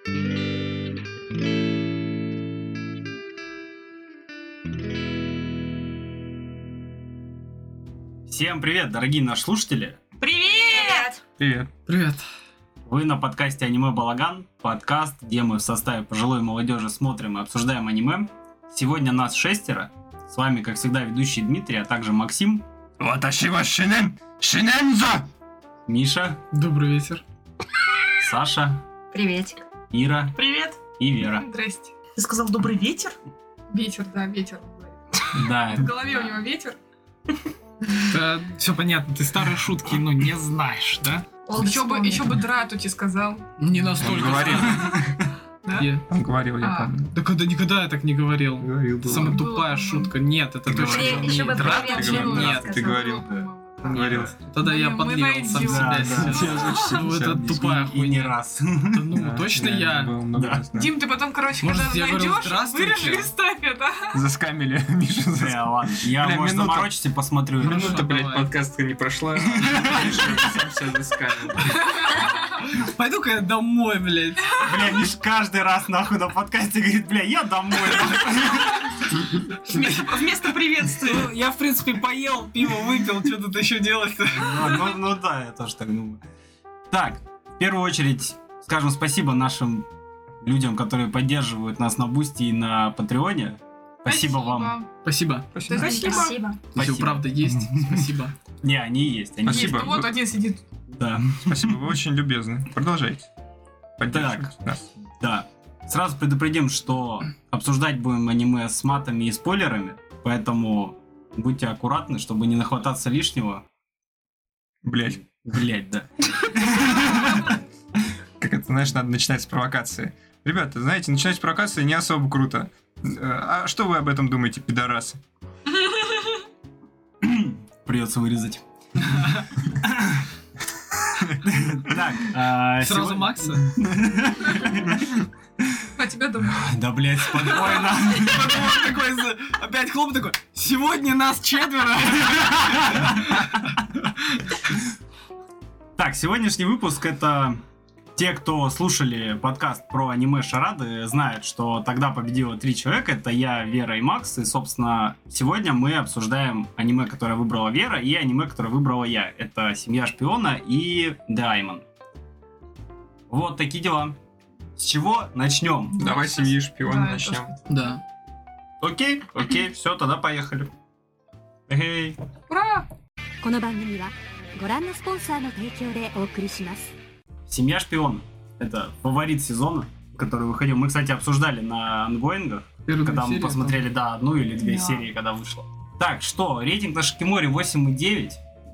Всем привет, дорогие наши слушатели! Привет! Привет. Привет. Вы на подкасте «Аниме Балаган», подкаст, где мы в составе пожилой молодежи смотрим и обсуждаем аниме. Сегодня нас 6. С вами, как всегда, ведущий Дмитрий, а также Максим, Ваташива шинен! Шинензо! Миша, Добрый вечер. Саша, Приветик. Ира Привет. и Вера. Здрасте. Ты сказал добрый ветер? Ветер, да, ветер. Да, В голове у него ветер. Да, все понятно, ты старые шутки, не знаешь, да? Еще бы дратути сказал. Не Он настолько. говорил. Да? Он говорил, я помню. Да когда никогда я так не говорил. Говорил, Это самая было. тупая шутка. Нет, это Ты точно говорил. не Еще бы драк. привет, ты говорил, Нет, да. Ты говорил. Говорил. Тогда я Мы подлил сам найдем. себя Да, сейчас. да. Ну это тупая и не хуйня. раз. Да ну, точно я. Да. Дим, ты потом, короче, Может, когда я говорю, найдешь, здравствуйте? вырежи и вставь это. Заскамили Мишу. Да, ладно. Я, Бля, может, минута. заморочусь и посмотрю. Хорошо. Минута, блядь, давай. подкаста не прошла. Сам себя заскамил. Пойду-ка я домой, блядь. Бля, Миш каждый раз нахуй на подкасте говорит, бля, я домой. Вместо приветствия. Ну, я, в принципе, поел, пиво выпил, что тут еще делать-то? Ну да, я тоже так думаю. Так, в первую очередь скажем спасибо нашим людям, которые поддерживают нас на Бусти и на Патреоне. Спасибо вам. Спасибо. Спасибо. Спасибо. Спасибо. Все, Спасибо. правда, есть. Спасибо. Не, они есть. Они Спасибо. Есть, вот один сидит. есть. Да. Спасибо, вы очень любезны. Продолжайте. Поддерживайте нас. Да. Сразу предупредим, что обсуждать будем аниме с матами и спойлерами, поэтому будьте аккуратны, чтобы не нахвататься лишнего. Блять. Блять, да. Как это, знаешь, надо начинать с провокации. Ребята, знаете, начинать с провокации не особо круто. А что вы об этом думаете, пидорасы? Придется вырезать. Так, Сразу сегодня- Макса? А тебя дома. Да, блять, спокойно. Опять хлоп такой, сегодня нас 4. Так, сегодняшний выпуск — это те, кто слушали подкаст про аниме Шарады, знают, что тогда победило 3 человека. Это я, Вера и Макс. И, собственно, сегодня мы обсуждаем аниме, которое выбрала Вера, и аниме, которое выбрала я. Это «Семья шпиона» и «Даймон». Вот такие дела. С чего начнем? Давай семьи шпиона Да, я начнем. тоже. Да. Окей, все, тогда поехали. Эй. Ура! この番組はご覧のスポンサーの提供でお送りします。 «Семья шпиона» — это фаворит сезона, который выходил. Мы, кстати, обсуждали на ангоингах, когда мы посмотрели, да, 1 или 2 Да. серии, когда вышло. Так, что, рейтинг на Шикиморе 8,9,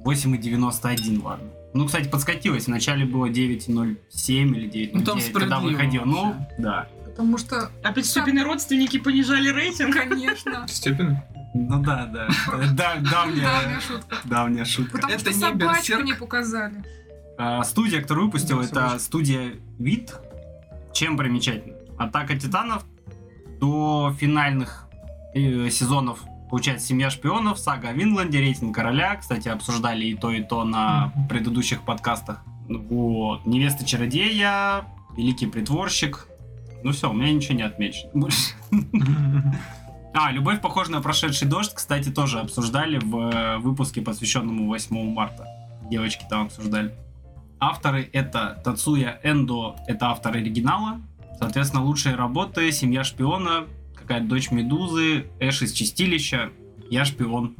8,91, ладно. Ну, кстати, подскатилось, вначале было 9,07 или 9,09, Ну, там когда справедливо выходил. Ну, вообще. да. Потому что, Опять Степины родственники понижали рейтинг. конечно, Степин? Ну да, да. Да, давняя шутка. давняя шутка. Потому Это что не собачку Берсерк. не показали. Студия, которая выпустила, Да, это собачка. студия Вид. Чем примечательно? «Атака титанов» до финальных сезонов, получается, «Семья шпионов», «Сага о Винланде», «Рейтинг короля». Кстати, обсуждали и то на предыдущих подкастах. Вот. «Невеста чародея», «Великий притворщик». Ну все, у меня ничего не отмечено больше. «Любовь, похожа на прошедший дождь», кстати, тоже обсуждали в выпуске, посвященному 8 марта. Девочки там обсуждали. Авторы — это Тацуя Эндо, это автор оригинала. Соответственно, лучшие работы: «Семья шпиона», какая-то «Дочь Медузы», «Эш из чистилища», «Я шпион».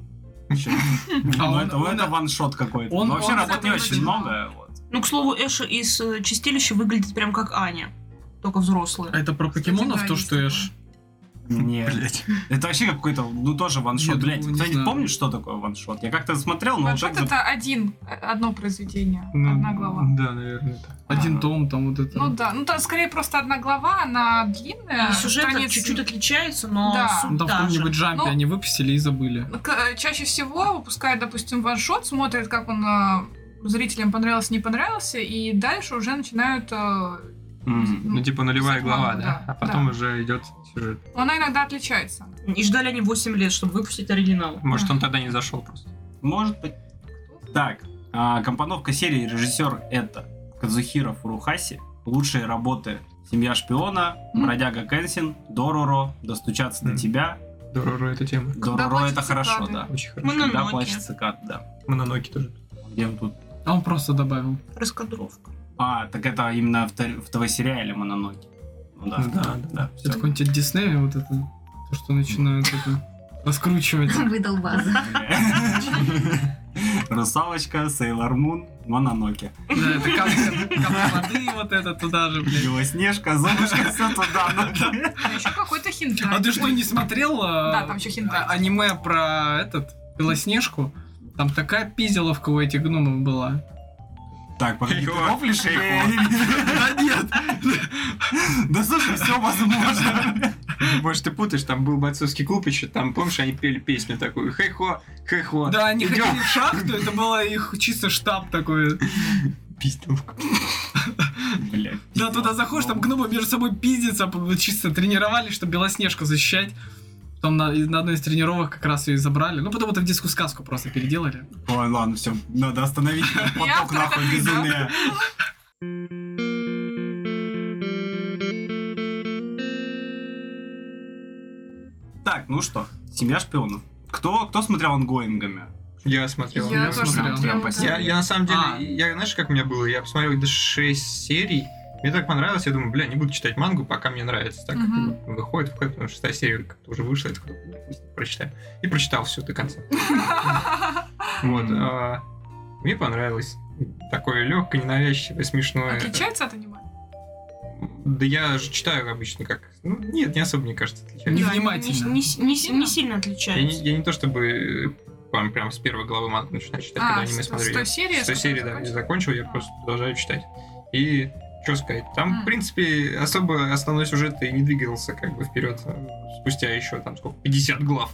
Ну, это ваншот какой-то. он- Но вообще он работ не такой очень начинал. много. вот. Ну, к слову, Эш из Чистилища выглядит прям как Аня. Только взрослая. Это про покемонов да, то, есть что такое. Эш? Нет. Блять. Это вообще какой-то, тоже ваншот. Я Блять, думаю, не кто-нибудь знаю. помнит, что такое ваншот? Я как-то смотрел, но Ваншот вот так вот- это одно произведение, одна глава. Да, наверное, так. Один том, там вот это. Ну да, там скорее просто одна глава, она длинная. И сюжет страниц- чуть-чуть отличается, но Да. суть Ну, там в та же. каком-нибудь джампе Ну, они выпустили и забыли. Чаще всего выпускают, допустим, ваншот, смотрят, как он зрителям понравился, не понравился, и дальше уже начинают... Мгм. Ну, типа нулевая писать глава, мангу, да? да, А потом да. уже идет сюжет. Она иногда отличается. И ждали они 8 лет, чтобы выпустить оригинал. Может, он тогда не зашел просто. Может быть. Так, компоновка серии, режиссер — это Казухиро Фурухаси. Лучшие работы Семья шпиона, бродяга Кэнсин, Дороро, достучаться до тебя. Дороро эта тема. Дороро плачут это хорошо, цикады. да. Очень хорошо. Когда Мононоке. плачет цикад, да. Мононоки тоже. Где он тут? А он просто добавил. Раскадровка. А, так это именно в ТВ-сериале Мононоки. Ну да, Да. всё. Это какой-нибудь от Диснея, вот это, то, что начинают это раскручивать. Выдал базу. Русалочка, Сейлор Мун, Мононоки. Да, это капля воды, вот это туда же, блядь. Белоснежка, Золушка, все туда. Еще какой-то хинт. А ты что, не смотрел Да, там еще хинт. аниме про Белоснежку? Там такая пизделовка у этих гномов была. Так, погоди, ты Хейхо, рофлишь хейхо. Да нет. Да слушай, все возможно. Может, ты путаешь, там был бойцовский клуб еще, там, помнишь, они пели песню такую, хей-хо, хей-хо. Да, они Идём. ходили в шахту, это был их чисто штаб такой. Пиздиловка. Блядь. Да, туда заходишь, там гномы между собой пиздятся, чисто тренировались, чтобы Белоснежку защищать. Потом на одной из тренировок как раз ее и забрали. Ну, потом это в детскую сказку просто переделали. Ой, ладно, все, надо остановить этот поток нахуй безумия. Так, ну что, семья шпионов. Кто смотрел ангоингами? Я смотрел. Я Я тоже смотрел. смотрела. Прям Я на самом деле, А. я знаешь, как у меня было? Я посмотрел до 6 серий. Мне так понравилось, я думаю, бля, не буду читать мангу, пока мне нравится. Так Мгм. как выходит, потому что 6 серия как-то уже вышла, я такой, пусть прочитаю. И прочитал все до конца. Вот. Мне понравилось. Такое легкое, ненавязчивое, смешное. Отличается от аниме? Да я же читаю обычно как... Ну, нет, не особо, мне кажется, отличается. Невнимательно. Не сильно отличается. Я не то чтобы прям с первой главы мангу начинаю читать, когда аниме с смотрю. той серии? С той серии, да, я закончил, я просто продолжаю читать. И что сказать, там, в принципе, особо основной сюжет и не двигался как бы вперед спустя еще там сколько, 50 глав.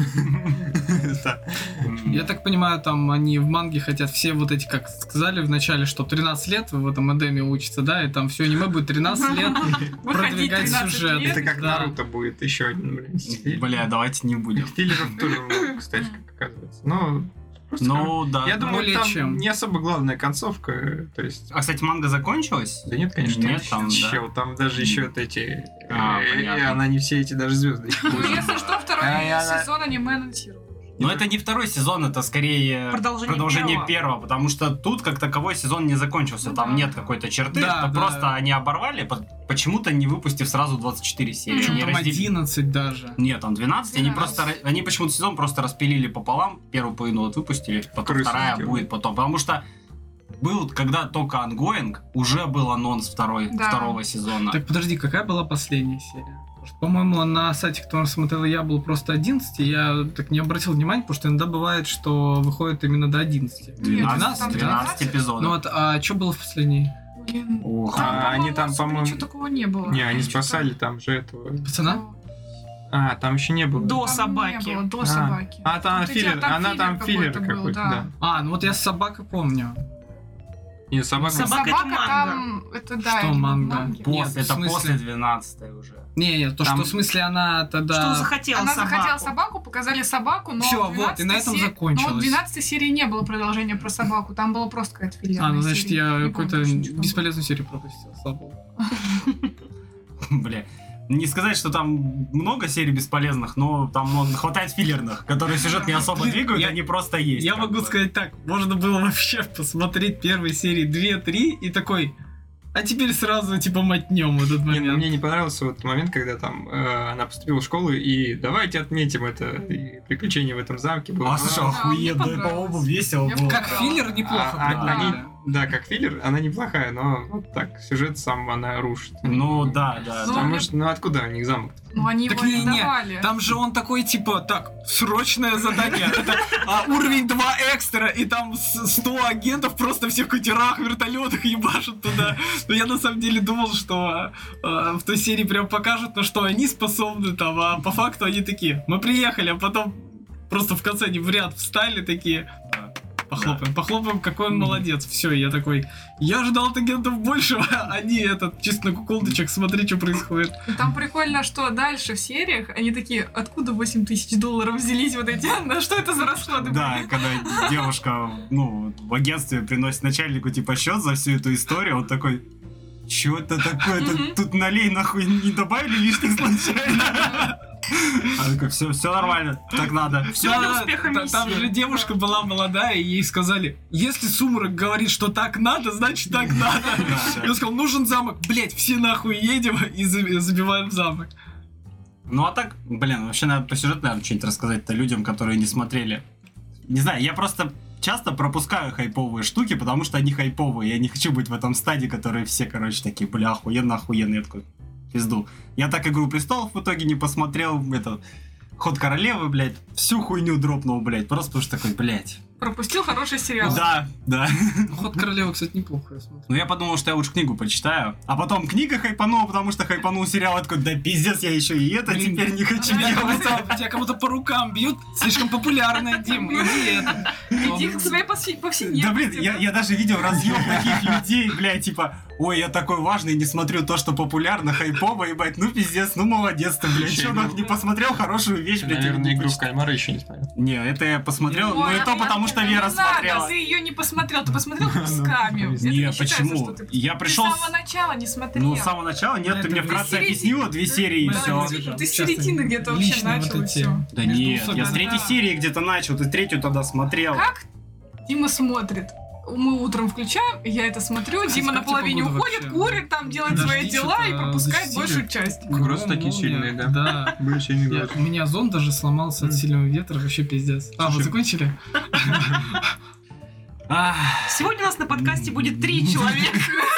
Я так понимаю, там они в манге хотят все вот эти, как сказали в начале, что 13 лет в этом Эдеме учатся, да, и там все аниме будет 13 лет Выходить продвигать 13 сюжет. лет. Это как Да. Наруто будет еще один, блин. Бля, давайте не будем. Филлеров тоже много, кстати, как оказывается. Но просто Ну, да. я да. думаю, более там чем. не особо главная концовка, то есть... А, кстати, манга закончилась? Да нет, конечно, Нет, там, да. чел, там даже еще вот эти... Понятно. она не все эти даже звезды. Ну, если что, второй она- сезон аниме анонсировал. Но это не второй сезон, это скорее Продолжение первого, потому что тут как таковой сезон не закончился, Ну там да. нет какой-то черты, Да, это да. просто они оборвали, почему-то не выпустив сразу 24 серии. Причем Они там раздели- 11 даже. Нет, там 12, они 12. просто, они почему-то сезон просто распилили пополам, первую половину вот выпустили, потом Крысу вторая сделали. будет потом, потому что был, когда только ангоинг, уже был анонс Да. второго сезона. Так подожди, какая была последняя серия? Потому что, по-моему, на сайте, который смотрел я, был просто 11, и я так не обратил внимания, потому что иногда бывает, что выходит именно до 11. 12, там 12 эпизодов. Ну вот, а что было в последней? Блин, Ух. там, А, они там, особо по-моему, ничего такого не было. Не, они Что-то- спасали там же этого... Пацана? А, там еще не было. До Там собаки. не было, до А. собаки. А, там Вот эти- филлер, она там филлер какой-то был, какой-то, да. А, ну вот я с собакой помню. Нет, собака... Собака это манга. там, это да. Что это манга? манги. Пос- Нет, в это смысле- после 12 уже. Не, то, Там- что в смысле она тогда... Что захотела Она собаку. захотела собаку, показали собаку, но... Всё, в вот, и на 12-й этом се- закончилось. Но в 12 серии не было продолжения про собаку, там было просто какая-то филлерная А, ну значит, серия. я Не помню, какую-то что там было. бесполезную серию пропустил, слава богу. Бля. Не сказать, что там много серий бесполезных, но там хватает филлерных, которые сюжет не особо Блин, двигают, я- они просто есть. Я как могу бы. сказать так, можно было вообще посмотреть первые серии 2-3 и такой, а теперь сразу типа мотнем в этот Не, ну, момент. мне не понравился вот момент, когда там она поступила в школу, и давайте отметим это, и приключение в этом замке было. А, слушай, Да, охуенно, мне и, по-моему, понравилось. весело Мне было. Как филлер неплохо продумали. Да, как филлер, она неплохая, но вот так, сюжет сам она рушит. Ну, да, да. Ну, да. Потому что, ну откуда у них замок? Ну, они Так его не не-не, давали. Там же он такой, типа, так, срочное задание, это уровень 2 экстра, и там 100 агентов просто всех катерах, вертолетах ебашут туда. Но я на самом деле думал, что в той серии прям покажут, на что они способны там, а по факту они такие, мы приехали, а потом просто в конце они в ряд встали такие, похлопаем, какой он молодец. Все, я такой, я ждал от агентов большего, а они этот, чисто на куколдочек, смотри, что происходит. И там прикольно, что дальше в сериях они такие, откуда $8000 взялись вот эти, на что это за расходы Да, были? когда девушка, ну, в агентстве приносит начальнику, типа, счет за всю эту историю, он такой, Чё это такое? Тут налей нахуй не добавили лишних случайно? Она такая, все нормально, так надо. Все для успеха миссии. Там же девушка была молодая, и ей сказали, если Сумрак говорит, что так надо, значит так надо. И он сказал, нужен замок. Блять, все нахуй едем и забиваем замок. Ну а так, блин, вообще надо по сюжету, наверное, что-нибудь рассказать-то людям, которые не смотрели. Не знаю, я просто часто пропускаю хайповые штуки, потому что они хайповые. Я не хочу быть в этом стадии, которые все, короче, такие, бля, охуенно. Я такой, пизду. Я так «Игру престолов» в итоге не посмотрел, «Ход королевы», блядь, всю хуйню дропнул, блядь, просто потому что такой, блядь. Пропустил хороший сериал. Да. Ход королевы, кстати, неплохо, я смотрю. Ну я подумал, что я лучше книгу почитаю, а потом книга хайпанула, потому что хайпанул сериал, я такой, да пиздец, я еще и это Блин, теперь не хочу Тебя делать. кому-то по рукам бьют, слишком популярная, Дим, иди это. Иди к своей повседневности. Да блин, я даже видел разъем таких людей, блядь, типа, ой, я такой важный, не смотрю то, что популярно, хайпово, ебать, ну пиздец, ну молодец ты, блядь, Еще что так не посмотрел хорошую вещь, блядь, Наверное, или не игру в почитал? кальмара еще не смотрел. Не, это я посмотрел, Ой, но и то потому, что Вера не надо, смотрела. ты ее не посмотрел, ты посмотрел кусками. Это Не, считается, почему? что ты- Я Ты пришел... с самого начала не смотрел. Ну, с самого начала, нет, ты Это мне две вкратце серии. объяснила 2 серии и Да, все. ты с середины где-то вообще Личные начал, вот и эти. все. Да Между нет, я с усами. 3 серии где-то начал, ты 3 тогда смотрел. Как Дима смотрит? Мы утром включаем, я это смотрю, Кстати, Дима как наполовине тебе уходит, погода курит, там делает свои Дожди дела и что-то пропускает зачастили. большую часть. Просто такие Молния, сильные, да. Да. Были сильные У меня зонт даже сломался от сильного ветра, вообще пиздец. А, вы Слушай. закончили? Ах, Сегодня у нас на подкасте будет 3 человека.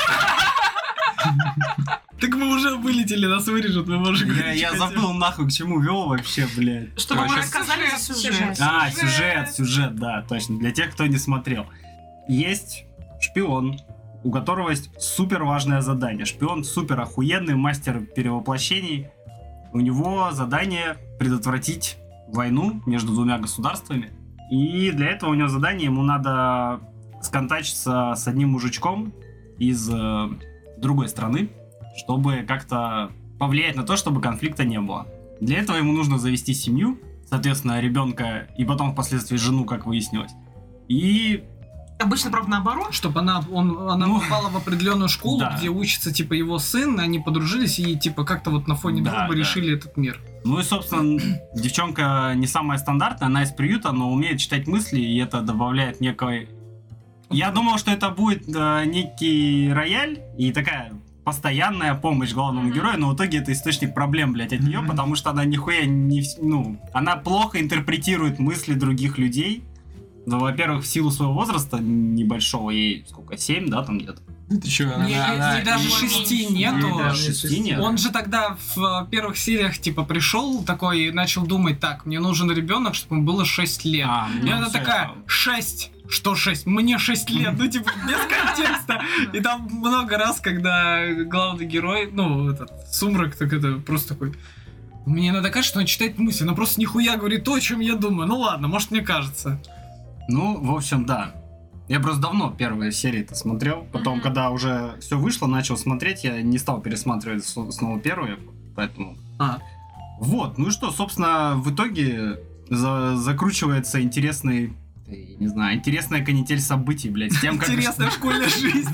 Так мы уже вылетели, нас вырежут, мы можем я говорить, что забыл нахуй, к чему вел вообще, блядь. Чтобы мы Сейчас- рассказали за сюжет. Сюжет, да, точно. Для тех, кто не смотрел. Есть шпион, у которого есть супер важное задание. Шпион супер охуенный, мастер перевоплощений. У него задание предотвратить войну между 2 государствами. И для этого у него задание, ему надо сконтачиться с одним мужичком из другой страны, чтобы как-то повлиять на то, чтобы конфликта не было. Для этого ему нужно завести семью, соответственно, ребенка и потом впоследствии жену, как выяснилось. И Обычно, правда, наоборот. Чтобы она Ну, попала в определенную школу, да. где учится, типа, его сын, они подружились и, типа, как-то вот на фоне Да, дружбы да. решили этот мир. Ну и, собственно, девчонка не самая стандартная, она из приюта, но умеет читать мысли, и это добавляет некой... Я думал, что это будет некий рояль и такая постоянная помощь главному Мгм. герою, но в итоге это источник проблем, блядь, от нее, потому что она нихуя не... она плохо интерпретирует мысли других людей. Ну, во-первых, в силу своего возраста небольшого, ей сколько, 7, да, там где-то? Ты чё, Не, даже 6 нету. Ей даже 6 нет. Он же тогда в первых сериях, типа, пришел такой и начал думать, так, мне нужен ребенок, чтобы ему было 6 лет. И она такая, 6? Что 6? Мне 6 лет, ну типа без контекста. И там много раз, когда главный герой, ну, этот Сумрак, так это просто такой... Мне надо кажется, что он читает мысли, но просто нихуя говорит то, о чем я думаю. Ну ладно, может мне кажется. Ну, в общем, да. Я просто давно первые серии-то смотрел. Потом, Мгм. когда уже все вышло, начал смотреть, я не стал пересматривать снова первые, поэтому... Вот, ну и что, собственно, в итоге закручивается интересный... я не знаю, интересная канитель событий, блядь, с тем, как... Интересная школьная жизнь.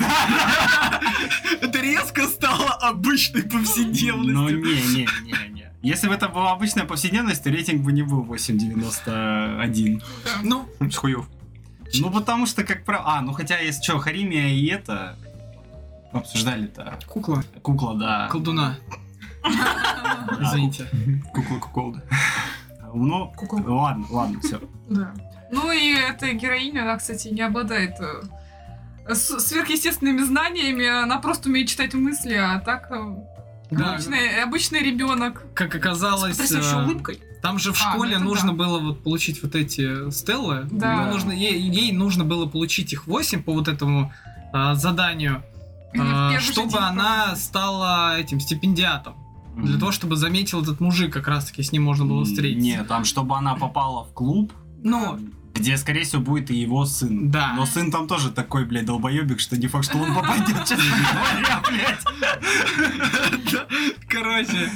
Это резко стало обычной Ну, повседневностью. не. Если бы это была обычная повседневность, то рейтинг бы не был 8.91. Ну, С хуев. Ну, потому что, как правило... ну хотя, если что, Харимия и это... Обсуждали-то. кукла, Кукла, да. колдуна. Извините. Кукла-куколда. Ну, ладно, все. Да. Ну и эта героиня, она, кстати, не обладает сверхъестественными знаниями, она просто умеет читать мысли, а так Да, обычный ребенок. как оказалось, С потрясающей улыбкой. там же в А, школе ну это нужно да. было вот получить вот эти стеллы. Да. Ну, нужно, ей нужно было получить их 8 по вот этому заданию, И в первый же чтобы день она стала этим стипендиатом. Для того, чтобы заметил этот мужик, как раз таки с ним можно было встретиться. Нет, там, чтобы она попала в клуб, Ну, где, скорее всего, будет и его сын. Да. Но сын там тоже такой, блядь, долбоебик, что не факт, что он попадет, честно говоря, блядь. короче,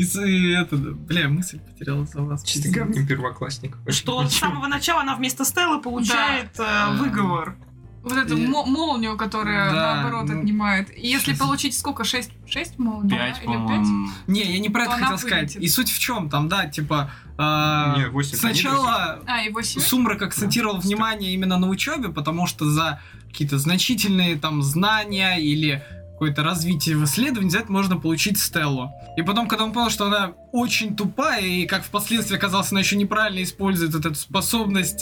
бля, мысль потеряла за вас. Чисто говнем первоклассник. Что с самого начала она вместо Стеллы получает выговор. Вот эту И- молнию, которая Да, наоборот ну, отнимает. И если шесть. получить сколько? 6 молний? 5, Или 5? по-моему. Не, я не про это То она хотел сказать. вылетит. И суть в чем там, да, типа... Не, 8 сначала И 8? Сумрак акцентировал внимание именно на учебе, потому что за какие-то значительные там знания или какое-то развитие в исследовании за это можно получить Стеллу. И потом, когда он понял, что она очень тупая, и как впоследствии оказалось, она еще неправильно использует вот эту способность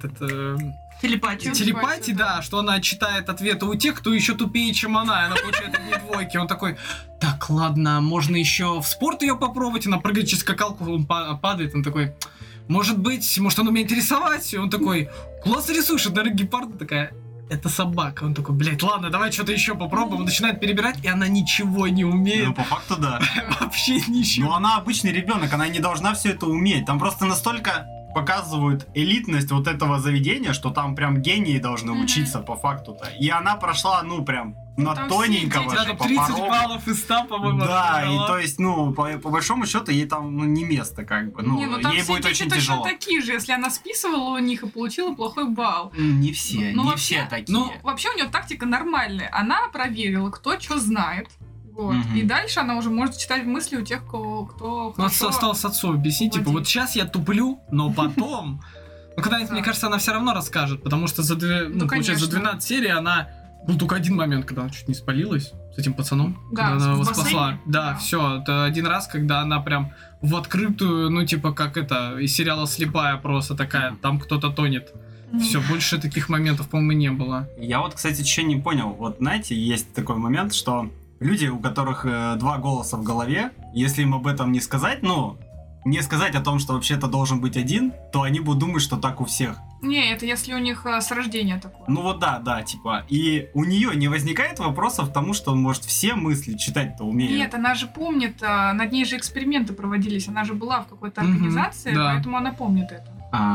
Телепатию. телепатии, да. да, что она читает ответы у тех, кто еще тупее, чем она, и она получает одни двойки. Он такой, так, ладно, можно еще в спорт ее попробовать, она прыгает через скакалку, он падает, он такой, может быть, может он умеет рисовать, и он такой, классно рисуешь, это гепард, такая, это собака. Он такой, блядь, ладно, давай что-то еще попробуем. Он начинает перебирать, и она ничего не Ну, умеет. по факту, да. Вообще ничего. Но она обычный ребенок, она не должна все это уметь. Там просто настолько показывают элитность вот этого заведения, что там прям гении должны Мгм. учиться по факту-то. И она прошла, ну, прям на там тоненького все Да, же, там по 30 порогу. баллов из 100, по-моему. Да, она и набрала. то есть, ну, по большому счету, ей там ну, не место, как бы. Ну, Не, ну там ей все будет дети очень точно тяжело. такие же, если она списывала у них и получила плохой балл. Не все, Ну, не вообще, все такие. ну, Вообще у нее тактика нормальная. Она проверила, кто что знает. Вот. Мгм. И дальше она уже может читать мысли у тех, кто Ну, хорошо- осталось отцу объяснить, типа, владеет. вот сейчас я туплю, но потом... Ну, когда-нибудь, Да. мне кажется, она все равно расскажет, потому что получается, за конечно. 12 серий она... Был только один момент, когда она чуть не спалилась с этим пацаном, Да, когда она в его бассейне. спасла. Да, Да. все, это один раз, когда она прям в открытую, ну, типа, как это, из сериала «Слепая» просто такая, там кто-то тонет. Мгм. Все, больше таких моментов, по-моему, не было. Я вот, кстати, еще не понял. Вот, знаете, есть такой момент, что люди, у которых 2 голоса в голове, если им об этом не сказать, ну, не сказать о том, что вообще-то должен быть один, то они будут думать, что так у всех. Не, это если у них с рождения такое. Ну вот да, типа. И у нее не возникает вопросов к тому, что, может, все мысли читать-то умеет. Нет, она же помнит, над ней же эксперименты проводились, она же была в какой-то Мгм, организации, да. поэтому она помнит это.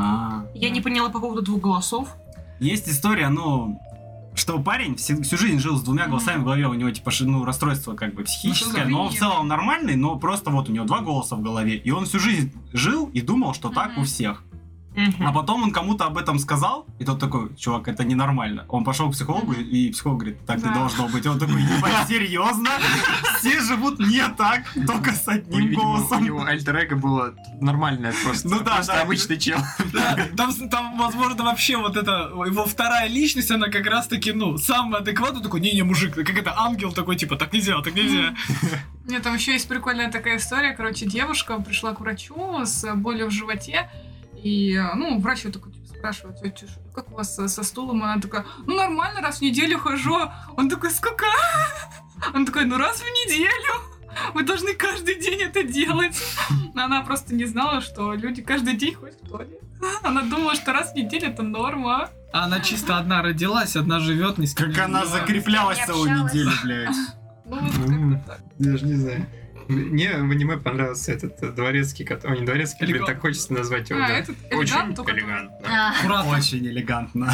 Я не поняла по поводу 2 голосов. Есть история, ну, что парень всю жизнь жил с 2 голосами в голове, у него, типа, ну, расстройство как бы психическое, но он в целом нормальный, но просто вот у него 2 голоса в голове, и он всю жизнь жил и думал, что так у Мгм. всех. А потом он кому-то об этом сказал, и тот такой, чувак, это ненормально. Он пошел к психологу, и психолог говорит, так не Да. должно быть. Он такой, ебать, серьезно? Все живут не так, только с одним Видимо, у голосом. него альтер-эго было нормальное просто. Ну да, просто да. обычный чел. Да, там, возможно, вообще вот это, его вторая личность, она как раз-таки, ну, самый адекватный, такой, не, мужик, как это, ангел такой, типа, так нельзя, так нельзя. Нет, там еще есть прикольная такая история. Короче, девушка пришла к врачу с болью в животе. И, ну, врач ее такой типа, спрашивает, «Тётя, как у вас со стулом?» Она такая, ну, нормально, раз в неделю хожу. Он такой, сколько? Он такой, ну, раз в неделю. Вы должны каждый день это делать. Она просто не знала, что люди каждый день ходят в туалет. Она думала, что раз в неделю это норма. А она чисто одна родилась, одна живет, ни с кем Как не она жила. закреплялась Не целую общалась. неделю, блядь. Ну, вот как-то так. Даже не знаю. Мне в аниме понравился этот дворецкий, который... не дворецкий, блин, так хочется назвать его, да. Этот Очень элегант, только элегантно. Аккуратно. Очень элегантно.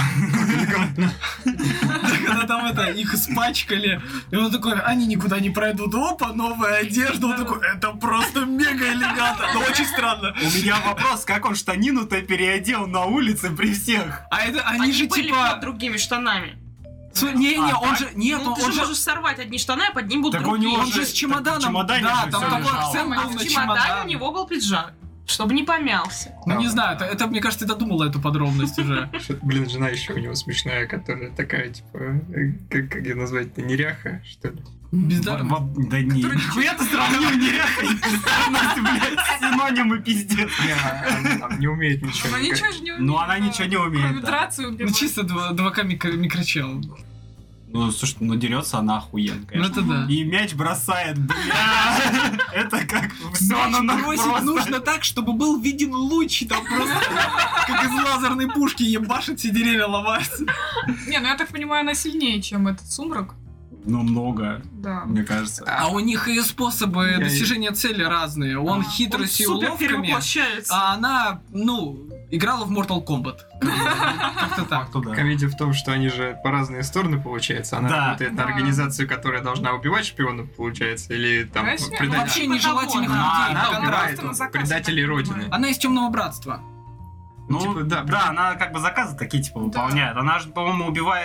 Когда там это, их испачкали, и он такой, они никуда не пройдут, опа, новая одежда, он такой, это просто мега элегантно, но очень странно. У меня вопрос, как он штанину-то переодел на улице при всех? А это, они Они же были типа... под другими штанами. Не, А, он так? же, нет, Ну, ты он же же... можешь сорвать одни штаны, а под ним будут Так у другие. него Он же с чемоданом, в чемодане да, же там всё такой лежало. акцент А был в на чемодане чемодан. у него был пиджак, чтобы не помялся. Ну не знаю, это мне кажется, ты додумала эту подробность уже. Что-то, блин, жена еще у него смешная, которая такая, типа, как ее назвать-то, неряха, что ли? Бездарно. Да не, нихуя ты сравнил неряхой. Блядь, синонимы пиздец. Не, она не умеет ничего. Ну, ничего же не умеет. Ну, она ничего не умеет, Кроме да. драться и Ну убивать. чисто 2К микрочел. Ну, слушай, ну дерется она охуенно, Ну конечно. это да. И мяч бросает, бля. Это как все Мяч бросить нужно так, чтобы был виден луч, и там просто как из лазерной пушки ебашит, все деревья ломаются. Не, ну я так понимаю, она сильнее, чем этот сумрак. Ну, много, Да. мне кажется. А у них и способы Я- достижения цели разные. Он хитростью и Он супер уловками, перевоплощается. а она, ну, играла в Mortal Kombat. Как-то так. Туда. Комедия в том, что они же по разные стороны, получается. Она Да. работает на Да. организацию, которая должна убивать шпионов, получается, или там Россия? предателей. Вообще нежелательных Да, людей. Она по убивает. убивает контрасту. на заказ, предателей я так Родины. понимаю. Она из Темного Братства. Ну, Типа, да, да, она как бы заказы такие, типа, выполняет. Она же, по-моему, убивает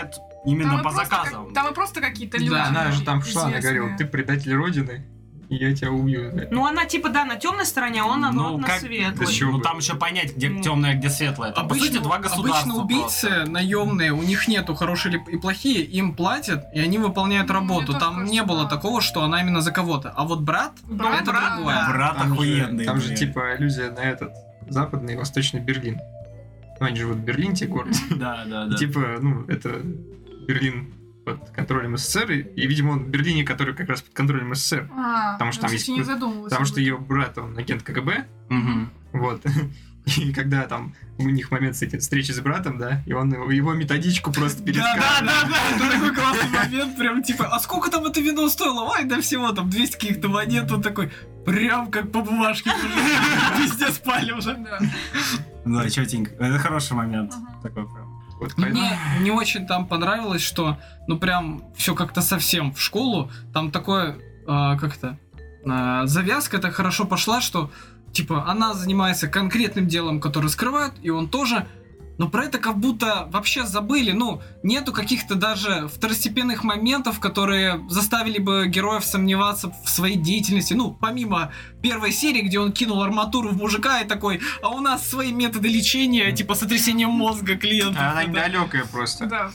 именно Там и по просто заказам. Там и просто какие-то Да, люди. Она же там шла, она известные. говорила, ты предатель Родины, и я тебя убью. Ну, она типа, да, на темной стороне, а он наоборот Ну, на как- светлой. Да чё? Ну там еще понять, где Ну. темное, где светлое. Это, по сути, два государства. Обычно убийцы наемные, у них нету хорошие и плохие, им платят, и они выполняют Ну, работу. мне Там тоже не кажется, было да. такого, что она именно за кого-то. А вот брат, Брат, это брат, другое. да. Брат Там же, охуенный. там же блин. типа аллюзия на этот западный и восточный Берлин. Ну, они живут в Берлине, город. Да, да, да. Типа, ну, это Берлин под контролем СССР, и, видимо, он в Берлине, который как раз под контролем СССР. Потому что там есть- не задумывалась. Потому об что этом. ее брат, он агент КГБ, Мгм. вот. И когда там у них момент с этим встречи с братом, да, и он его методичку просто пересказывает. Это такой классный момент, прям типа, а сколько там это вино стоило? Ой, да всего там 200 каких-то монет, он такой, прям как по бумажке, везде спали уже. Да. Да, четенько. Это хороший момент. Ага. Такой прям. Вот поэтому- Мне не очень там понравилось, что, ну прям все как-то совсем в школу, там такое, как-то, завязка так хорошо пошла, что, типа, она занимается конкретным делом, которое скрывают, и он тоже, но про это как будто вообще забыли, ну, нету каких-то даже второстепенных моментов, которые заставили бы героев сомневаться в своей деятельности, ну, помимо первой серии, где он кинул арматуру в мужика и такой, а у нас свои методы лечения, типа, сотрясение мозга клиента. Она недалекая просто. Да.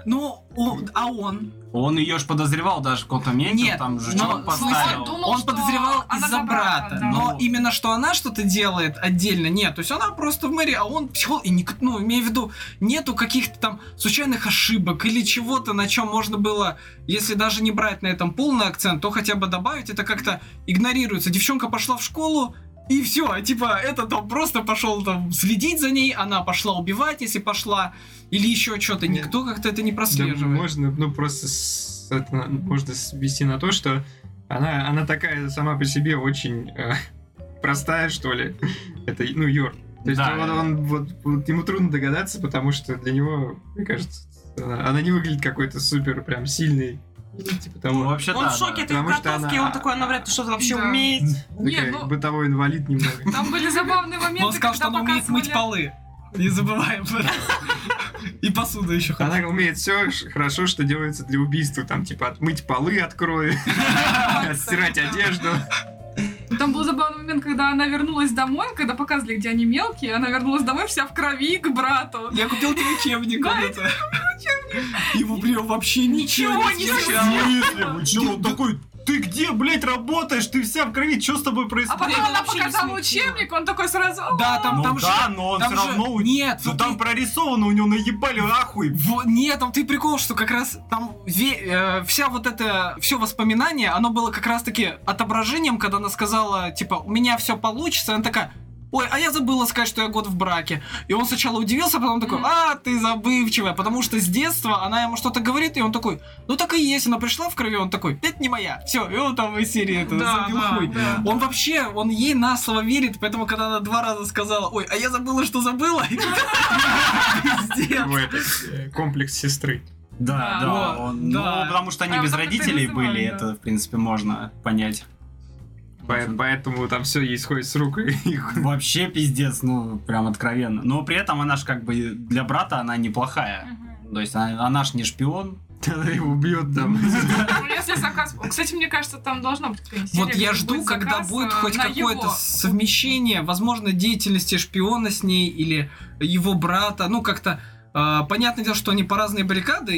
А он? Он ее ж подозревал даже в каком-то моменте, Нет, там но жучок в смысле, поставил. думал, Он что подозревал она из-за за брата, да. но Ну. именно что она что-то делает отдельно, нет. То есть она просто в мэрии, а он психолог, и ну, имею в виду, нету каких-то там случайных ошибок или чего-то, на чем можно было, если даже не брать на этом полный акцент, то хотя бы добавить, это как-то игнорируется. Девчонка пошла в школу, и все, типа, этот он просто пошел там следить за ней, она пошла убивать, если пошла, или еще что-то. Нет. Никто как-то это не Да, прослеживает. можно, ну, просто это можно свести на то, что она такая сама по себе очень простая, что ли. Это, ну, Йор. То есть Да. вот ему трудно догадаться, потому что для него, мне кажется, она не выглядит какой-то супер прям сильной. Типа Ну, того. вообще, Он да, в шоке да. этой Потому что готовки, она- он такой, она вряд ли что-то вообще Да. умеет. Такая Нет, ну- бытовой инвалид немного. Там были забавные моменты, Но он сказал, что когда она умеет мыть показывали- полы. Не забываем. И посуду еще. Она умеет все хорошо, что делается для убийства. Там, типа, отмыть полы от крови, отстирать одежду. Там был забавный момент, когда она вернулась домой, когда показывали, где они мелкие, она вернулась домой вся в крови к брату. Я купил тебе учебник. Да, вот это. Его прям вообще ничего не Ничего смущало. не В смысле? Вы чё, он такой, ты где, блядь, работаешь? Ты вся в крови, что с тобой А происходит? потом это она вообще не показала смутило. учебник, он такой сразу... Да, там, Ну там да, же... но он там все же- равно... Нет, Ну вот там прорисовано, у него наебали ахуй. Нет, там ты прикол, что как раз там вся вот это, все воспоминание, оно было как раз таки отображением, когда она сказала, типа, у меня все получится, она такая, ой, а я забыла сказать, что я год в браке. И он сначала удивился, а потом такой, а, ты забывчивая, потому что с детства она ему что-то говорит, и он такой, ну так и есть, она пришла в крови, он такой, это не моя, все, и он там из серии это Да, забил да, хуй. да. Он вообще, он ей на слово верит, поэтому когда она 2 раза сказала, ой, а я забыла, что забыла, пиздец. Такой этот, комплекс сестры. Да, Да. да. Вот, он- да. Ну, потому что они А, без вот это и родителей называют, были, да. это, в принципе, можно понять. Поэтому там все ей сходит с рук. и- Вообще пиздец, ну, прям откровенно. Но при этом она ж как бы для брата она неплохая. То есть она ж не шпион. Она его убьет там. Ну, если заказ... Кстати, мне кажется, там должна быть какая-нибудь серия, Вот я где жду, будет когда заказ, будет хоть на какое-то его. совмещение, возможно, деятельности шпиона с ней или его брата. Ну, как-то понятное дело, что они по разные баррикады,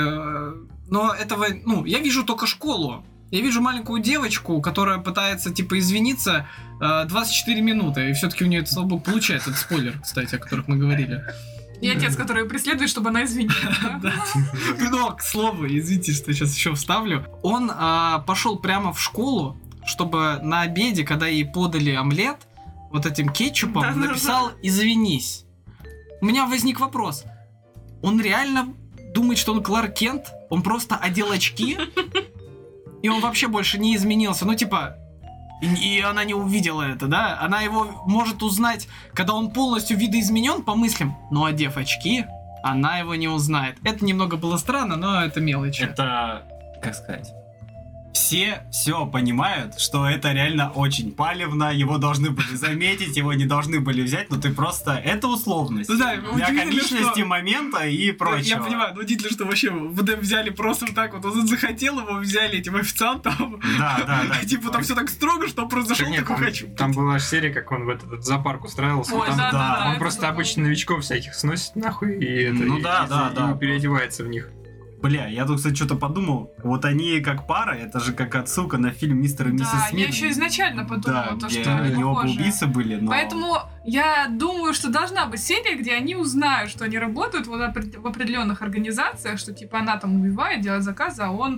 но этого, ну, я вижу только школу. Я вижу маленькую девочку, которая пытается, типа, извиниться 24 минуты, и все-таки у нее это, слава богу, получается. Это спойлер, кстати, о которых мы говорили. И отец, который преследует, чтобы она извинилась. да? Но, к слову, извините, что сейчас еще вставлю. Он пошел прямо в школу, чтобы на обеде, когда ей подали омлет, вот этим кетчупом, Да-да-да. написал «Извинись». У меня возник вопрос. Он реально думает, что он Кларк Кент? Он просто одел очки? И он вообще больше не изменился? Ну, типа... И она не увидела это, да? Она его может узнать, когда он полностью видоизменен по мыслям, но одев очки, она его не узнает. Это немного было странно, но это мелочи. Это, как сказать, все понимают, что это реально очень палевно, его должны были заметить, его не должны были взять, но ты просто... Это условность. Ну да, Для удивительно, комичности что... момента и прочего. Я понимаю, но удивительно, что вообще ВД взяли просто вот так вот. Он захотел, его взяли этим официантом. Да. Типа там все так строго, что он просто зашел, Нет, такой хочу. там была серия, как он в этот зоопарк устраивался. Ой, там да, он это просто было. обычно новичков всяких сносит нахуй и Ну да. переодевается в них. Бля, я тут, кстати, что-то подумал. Вот они как пара, это же как отсылка на фильм «Мистер и миссис Да, Смит». я еще изначально подумала, Да, то, где что они оба похоже. убийцы были, но... Поэтому я думаю, что должна быть серия, где они узнают, что они работают вот в определенных организациях, что типа она там убивает, делает заказы, а он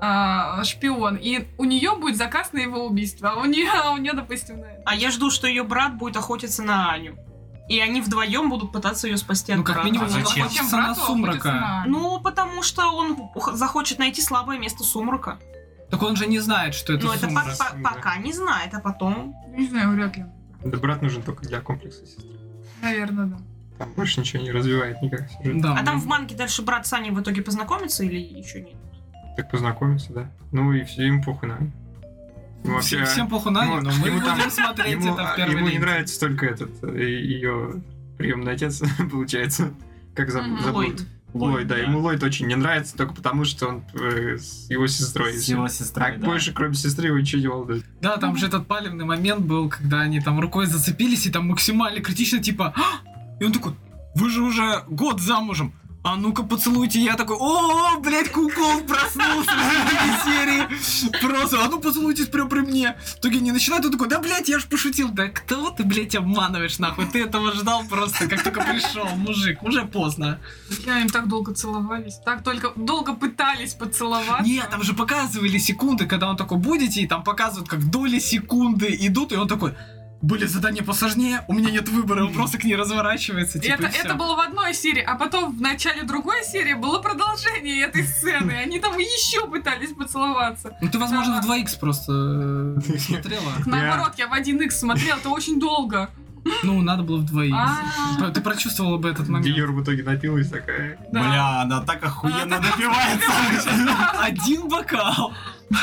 шпион. И у нее будет заказ на его убийство, а у нее, допустим, на это. А я жду, что ее брат будет охотиться на Аню. И они вдвоем будут пытаться ее спасти Ну, от как брата. минимум, зачем? охотиться на брату Сумрака. охотиться на Аню? Ну, потому что он захочет найти слабое место Сумрака. Так он же не знает, что это Но это Сумрак. пока не знает, а потом... Не знаю, вряд ли. Да брат нужен только для комплекса сестры. Наверное, да. Там больше ничего не развивает никак сюжет. Да, А там в манге дальше брат с Аней в итоге познакомится или еще нет? Так познакомиться, да. Ну и все, им похуй на Аню. Ну, вообще, Всем похуй на Аню, но мы ему там- будем смотреть ему, это в первой ему не ленте. нравится только этот ее приемный отец, получается. Как Мгм. забыл. Ллойд. Ллойд, да. Ему Ллойд очень не нравится, только потому что он с его сестрой. С его сестрой, А да. больше, кроме сестры, его ничего не волнует. Да, там же этот палевный момент был, когда они там рукой зацепились, и там максимально критично, типа... «А!» И он такой, вы же уже год замужем. А ну-ка поцелуйте. Я такой, о, блядь, Кукол проснулся в этой серии. Просто, а ну поцелуйтесь прям при мне. В итоге не начинает, он такой, да, блядь, я ж пошутил. Да кто ты, блядь, обманываешь, нахуй? Ты этого ждал просто, как только пришел, мужик. Уже поздно. Я им так долго целовались, так только долго пытались поцеловаться. Нет, там же показывали секунды, когда он такой, будете, и там показывают, как доли секунды идут, и он такой... Были задания посложнее, у меня нет выбора, он просто к ней разворачивается, И типа, и это всё. было в одной серии, а потом в начале другой серии было продолжение этой сцены. Они там еще пытались поцеловаться. Ну ты, возможно, Да. в 2х просто смотрела. Наоборот, я в 1х смотрела, это очень долго. Ну, надо было в 2х. А. Ты прочувствовала бы этот момент. Диор в итоге напилась такая. Да. Бля, она так охуенно Она так напивается. Один бокал.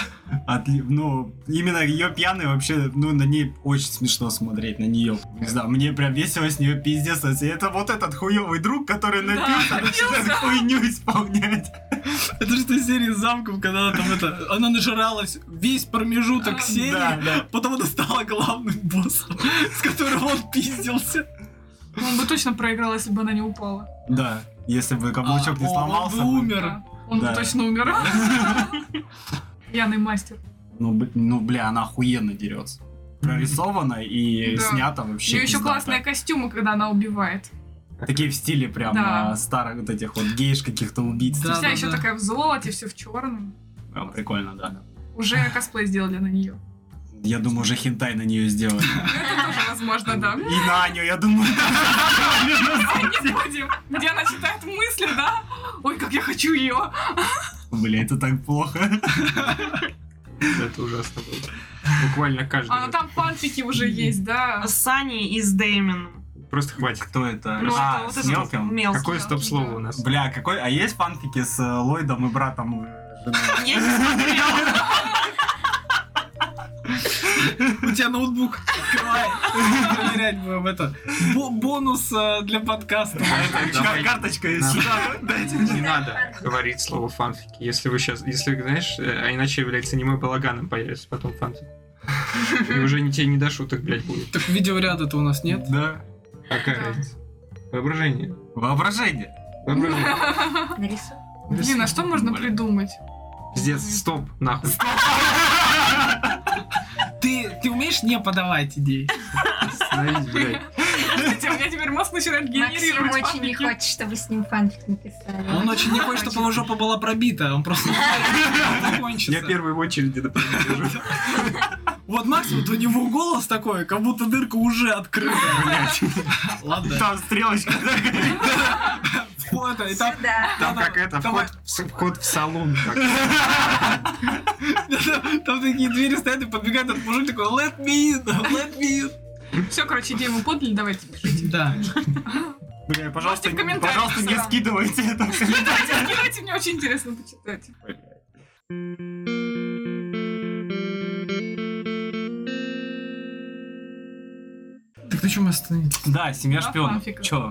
Ну, именно ее пьяной вообще, ну, на ней очень смешно смотреть, на нее. Не знаю, мне прям весело с нее пиздец. Это вот этот хуёвый друг, который напился, начинает хуйню исполнять. Это же та серия с замком, когда там она нажиралась весь промежуток серии, Да. потом она стала главным боссом, с которым он пиздился. Он бы точно проиграл, если бы она не упала. Да, если бы каблучок не сломался. Он бы умер. Да. Он Да. бы точно умер. Пьяный мастер. Ну, бля, она охуенно дерется. Прорисовано и Да. снято У вообще нее еще пиздато. классные костюмы, когда она убивает. Такие в стиле прям Да. старых вот этих вот гейш каких-то убийц. Да. Вся еще такая в золоте, все в черном. Прикольно, да. Уже косплей сделали на нее. Я думаю, уже хентай на нее сделали. Это тоже возможно, да. И на Аню, я думаю. Не будем. Где она читает мысли, да? Ой, как я хочу ее. Бля, это так плохо. Это ужасно было. Буквально каждый. А, ну там фанфики уже есть, да. С Аней и с Дэймоном. Просто хватит. Кто это? Ну, А, это вот с этот мелким? мелкий. Какое стоп-слово у нас? Бля, какой? А есть фанфики с Ллойдом и братом жены? Я не смотрела. У тебя ноутбук открывай. Проверять будем это. Бонус для подкаста. Давай. Карточка Да. сюда, дайте Не мне. надо говорить слово фанфики. Если вы сейчас, знаешь, а иначе является немой балаганом появится потом фанфик. И уже тебе не до шуток, блядь, будет. Так видеоряда-то у нас нет. Да. Какая Да. разница? Воображение. Воображение. Воображение. Нарисуй. Блин, а что можно придумать? Пиздец, стоп, нахуй. Ты умеешь не подавать идей? Остановись, блядь. Слушайте, у меня теперь мозг начинает Максим генерировать очень не фанфики. хочет, чтобы с ним фанфик написали. Он очень не хочет, чтобы его жопа была пробита. Он просто не знает, как кончится. Я первый в очереди, например, держу. Вот Макс, вот у него голос такой, как будто дырка уже открыта. Ладно. Там стрелочка такая. Вот, и там, Сюда. Там Да, как это, давай. вход в салон. так. там такие двери стоят и подбегает этот мужик такой, let me in. Все, короче, идею мы подали, давайте пишите. Да. Бля, пожалуйста, Можете в комментариях пожалуйста, не сразу. скидывайте это. Скидывайте, мне очень интересно почитать. Так на чем остановились? Да, «Семья Да, шпионов». фанфиков. Чё?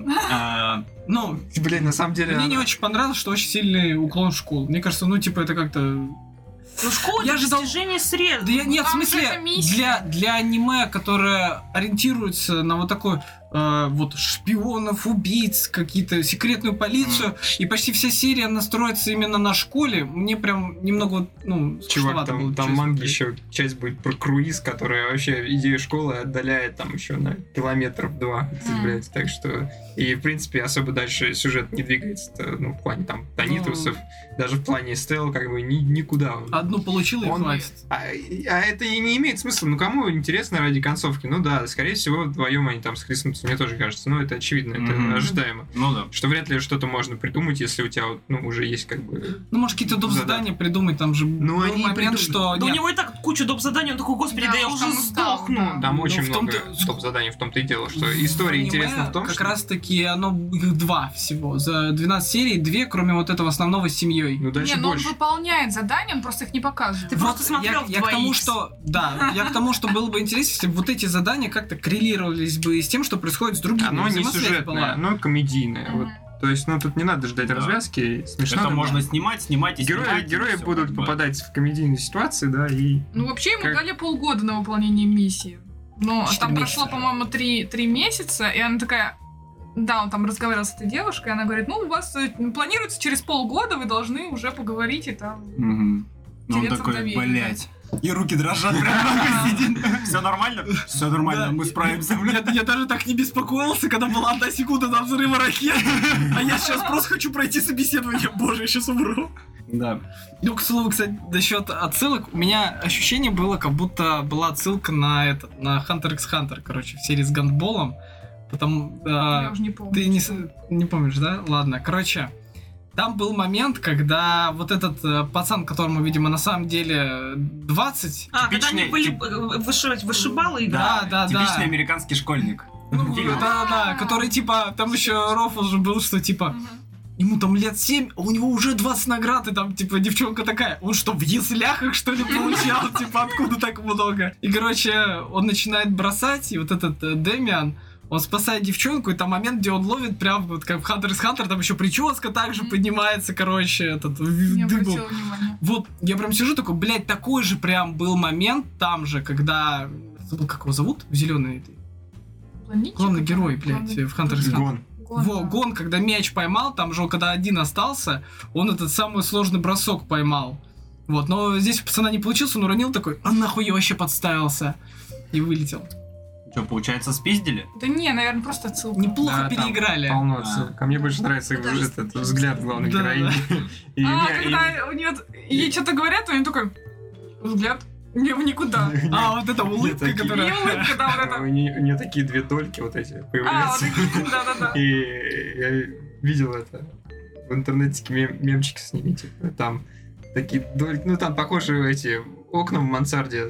Ну, Блин, на самом деле... мне не очень понравилось, что очень сильный уклон в школу. Мне кажется, ну, типа, это как-то... Ну, школа Я это ожидал- достижение средств. Да нет, в Там же смысле, это миссия. для аниме, которое ориентируется на вот такой вот шпионов, убийц, какие-то секретную полицию, и почти вся серия настроится именно на школе, мне прям немного, ну, Чувак, скучновато было, там честно манги говоря. еще часть будет про круиз, которая вообще идею школы отдаляет там еще на километров 2, блядь, так что... И, в принципе, особо дальше сюжет не двигается, ну, в плане там тонитусов, даже в плане Стелл, как бы, никуда. Одну получил и Он- хватит. А это и не имеет смысла. Ну, кому интересно ради концовки? Ну да, скорее всего, вдвоем они там схлестнутся, мне тоже кажется. Ну, это очевидно, это Мгм. ожидаемо. Ну да. Что вряд ли что-то можно придумать, если у тебя, вот, ну, уже есть как бы... Ну, может, какие-то доп. задания придумать, там же Ну, был они момент, придумали. что... Да у нет, него и так куча доп. Заданий, он такой, господи, Да, да я он уже там устал, сдохну. да. Там Ну, очень в много том-то- топ-заданий, в том-то и дело, что в история аниме интересна в том, как что... раз-таки оно их 2 всего. За 12 серий 2, кроме вот этого основного с семьей. Ну, дальше Не, ну он больше. выполняет задания, он просто их не показывает. Ты просто смотрел я к тому, 2Х. что да, я к тому, что было бы интересно, если бы вот эти задания как-то коррелировались бы с тем, что происходит с другими. Оно не Взаимосвязь сюжетное, была. оно комедийное. Вот. То есть, ну, тут не надо ждать Да. развязки, смешно. Это да. можно снимать и Герои снимать. будут попадать в комедийные ситуации, да, и... Ну, вообще ему Как- дали полгода на выполнение миссии. Но 4 там месяца. прошло, по-моему, 3 месяца, и она такая... Да, он там разговаривал с этой девушкой, и она говорит, ну, у вас планируется через полгода, вы должны уже поговорить, и там... Мгм. Ну, он Теряться в такой, доверии, блять. И руки дрожат, прям сидит. Все нормально? Все нормально, Да. мы справимся, блядь. Я даже так не беспокоился, когда была 1 секунда до взрыва ракет. А я сейчас просто хочу пройти собеседование. Боже, я сейчас умру. Да. Ну, к слову, кстати, насчет отсылок, у меня ощущение было, как будто была отсылка на на Hunter x Hunter, короче, в серии с гандболом. Потому... Я уже не помню. Ты не помнишь, да? Ладно, короче, там был момент, когда вот этот пацан, которому, видимо, на самом деле 20... А, когда они Типичный- были вышибалы и Да. Типичный американский школьник. Фильм. Да, который, типа, там еще рофл же был, что, типа, Мгм. ему там лет 7, а у него уже 20 наград, и там, типа, девчонка такая, он что, в яслях их, что ли, получал? Типа, откуда так много? И, короче, он начинает бросать, и вот этот Дэмиан, он спасает девчонку, и там момент, где он ловит прям, вот как в Hunter x Hunter, там еще прическа также Мгм. поднимается, короче, этот Не дыбом. обратила внимания. Вот, я прям сижу такой, блядь, такой же прям был момент там же, когда... Забыл, как его зовут? Зеленый. Планетчик, Главный это герой, главный- блядь, в Hunter x Hunter. Гон. Во, да. гон, когда мяч поймал, там же, когда один остался, он этот самый сложный бросок поймал. Вот, но здесь у пацана не получился, он уронил такой, а нахуй я вообще подставился. И вылетел. Что, получается, спиздили? Да не, наверное, просто отсылка. Неплохо Да, там переиграли. Полно отсылок. А мне больше нравится этот взгляд главной Да, героини. И Когда у нее ей что-то говорят, у нее такой взгляд в никуда. А, вот эта улыбка, такие. И которая... улыбка, да, вот У это. нее такие 2 дольки вот эти А, вот появляются. такие, да-да-да. И я видел это в интернете, мемчики с ними, типа, там такие дольки, ну там похожие эти окна в мансарде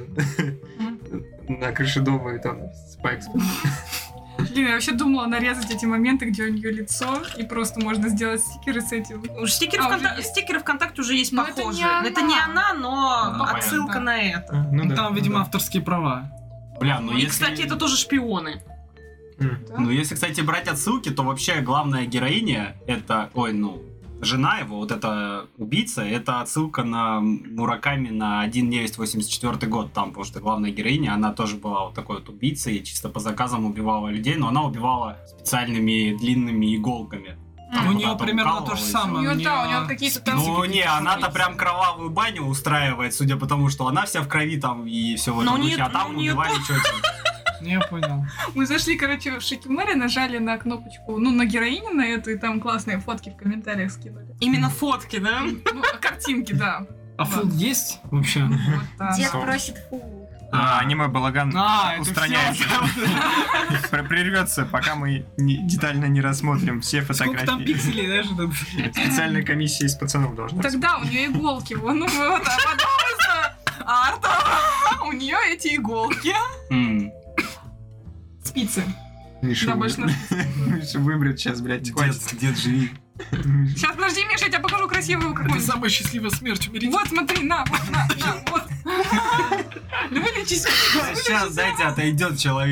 на крыше дома, и там Спайкс. Блин, я вообще думала нарезать эти моменты, где у нее лицо, и просто можно сделать стикеры с этим. Уж стикеры, А, уже стикеры ВКонтакте уже есть Но это похожие. не она. Это не она, но Ну, отсылка понятно. на это. Ну, да, Там, ну видимо, да. авторские права. Бля, ну И, если... кстати, это тоже шпионы. Ну, если, кстати, брать отсылки, то вообще главная героиня, это, жена его, вот эта убийца, это отсылка на Мураками на 1 невесть 84 год там, потому что главная героиня, она тоже была вот такой вот убийцей, и чисто по заказам убивала людей, но она убивала специальными длинными иголками. У нее куда-то примерно то укалывала же и самое. У нее, да, у нее какие-то там... Ну, не, она-то прям кровавую баню устраивает, судя по тому, что она вся в крови там и все в Но этом у неё- духе, а там но у неё убивали чётенько. Я понял. Мы зашли, короче, в Шикимэри, нажали на кнопочку, на героиню на эту, и там классные фотки в комментариях скинули. Именно фотки, да? Ну, картинки, да. А фул есть вообще? Вот, да. Дед Сол. просит фу. Аниме Балаган Это устраняется. всё. Прервется, пока мы детально не рассмотрим все Сколько там фотографии. пикселей, знаешь, этот... Специальная комиссия из пацанов должна. Тогда у нее иголки, ну вот, а потом Арта, у нее эти иголки. М. Спицы. Миша Да, больше на- Миша вымрет сейчас, блядь, хватит. Дед, живи. Сейчас, подожди, Миша, я тебе покажу красивую Это какую-нибудь. самая счастливая смерть, умереть. Вот, смотри, на, вот, на, вот. Ну, вылечись. Сейчас, дайте, отойдет человек.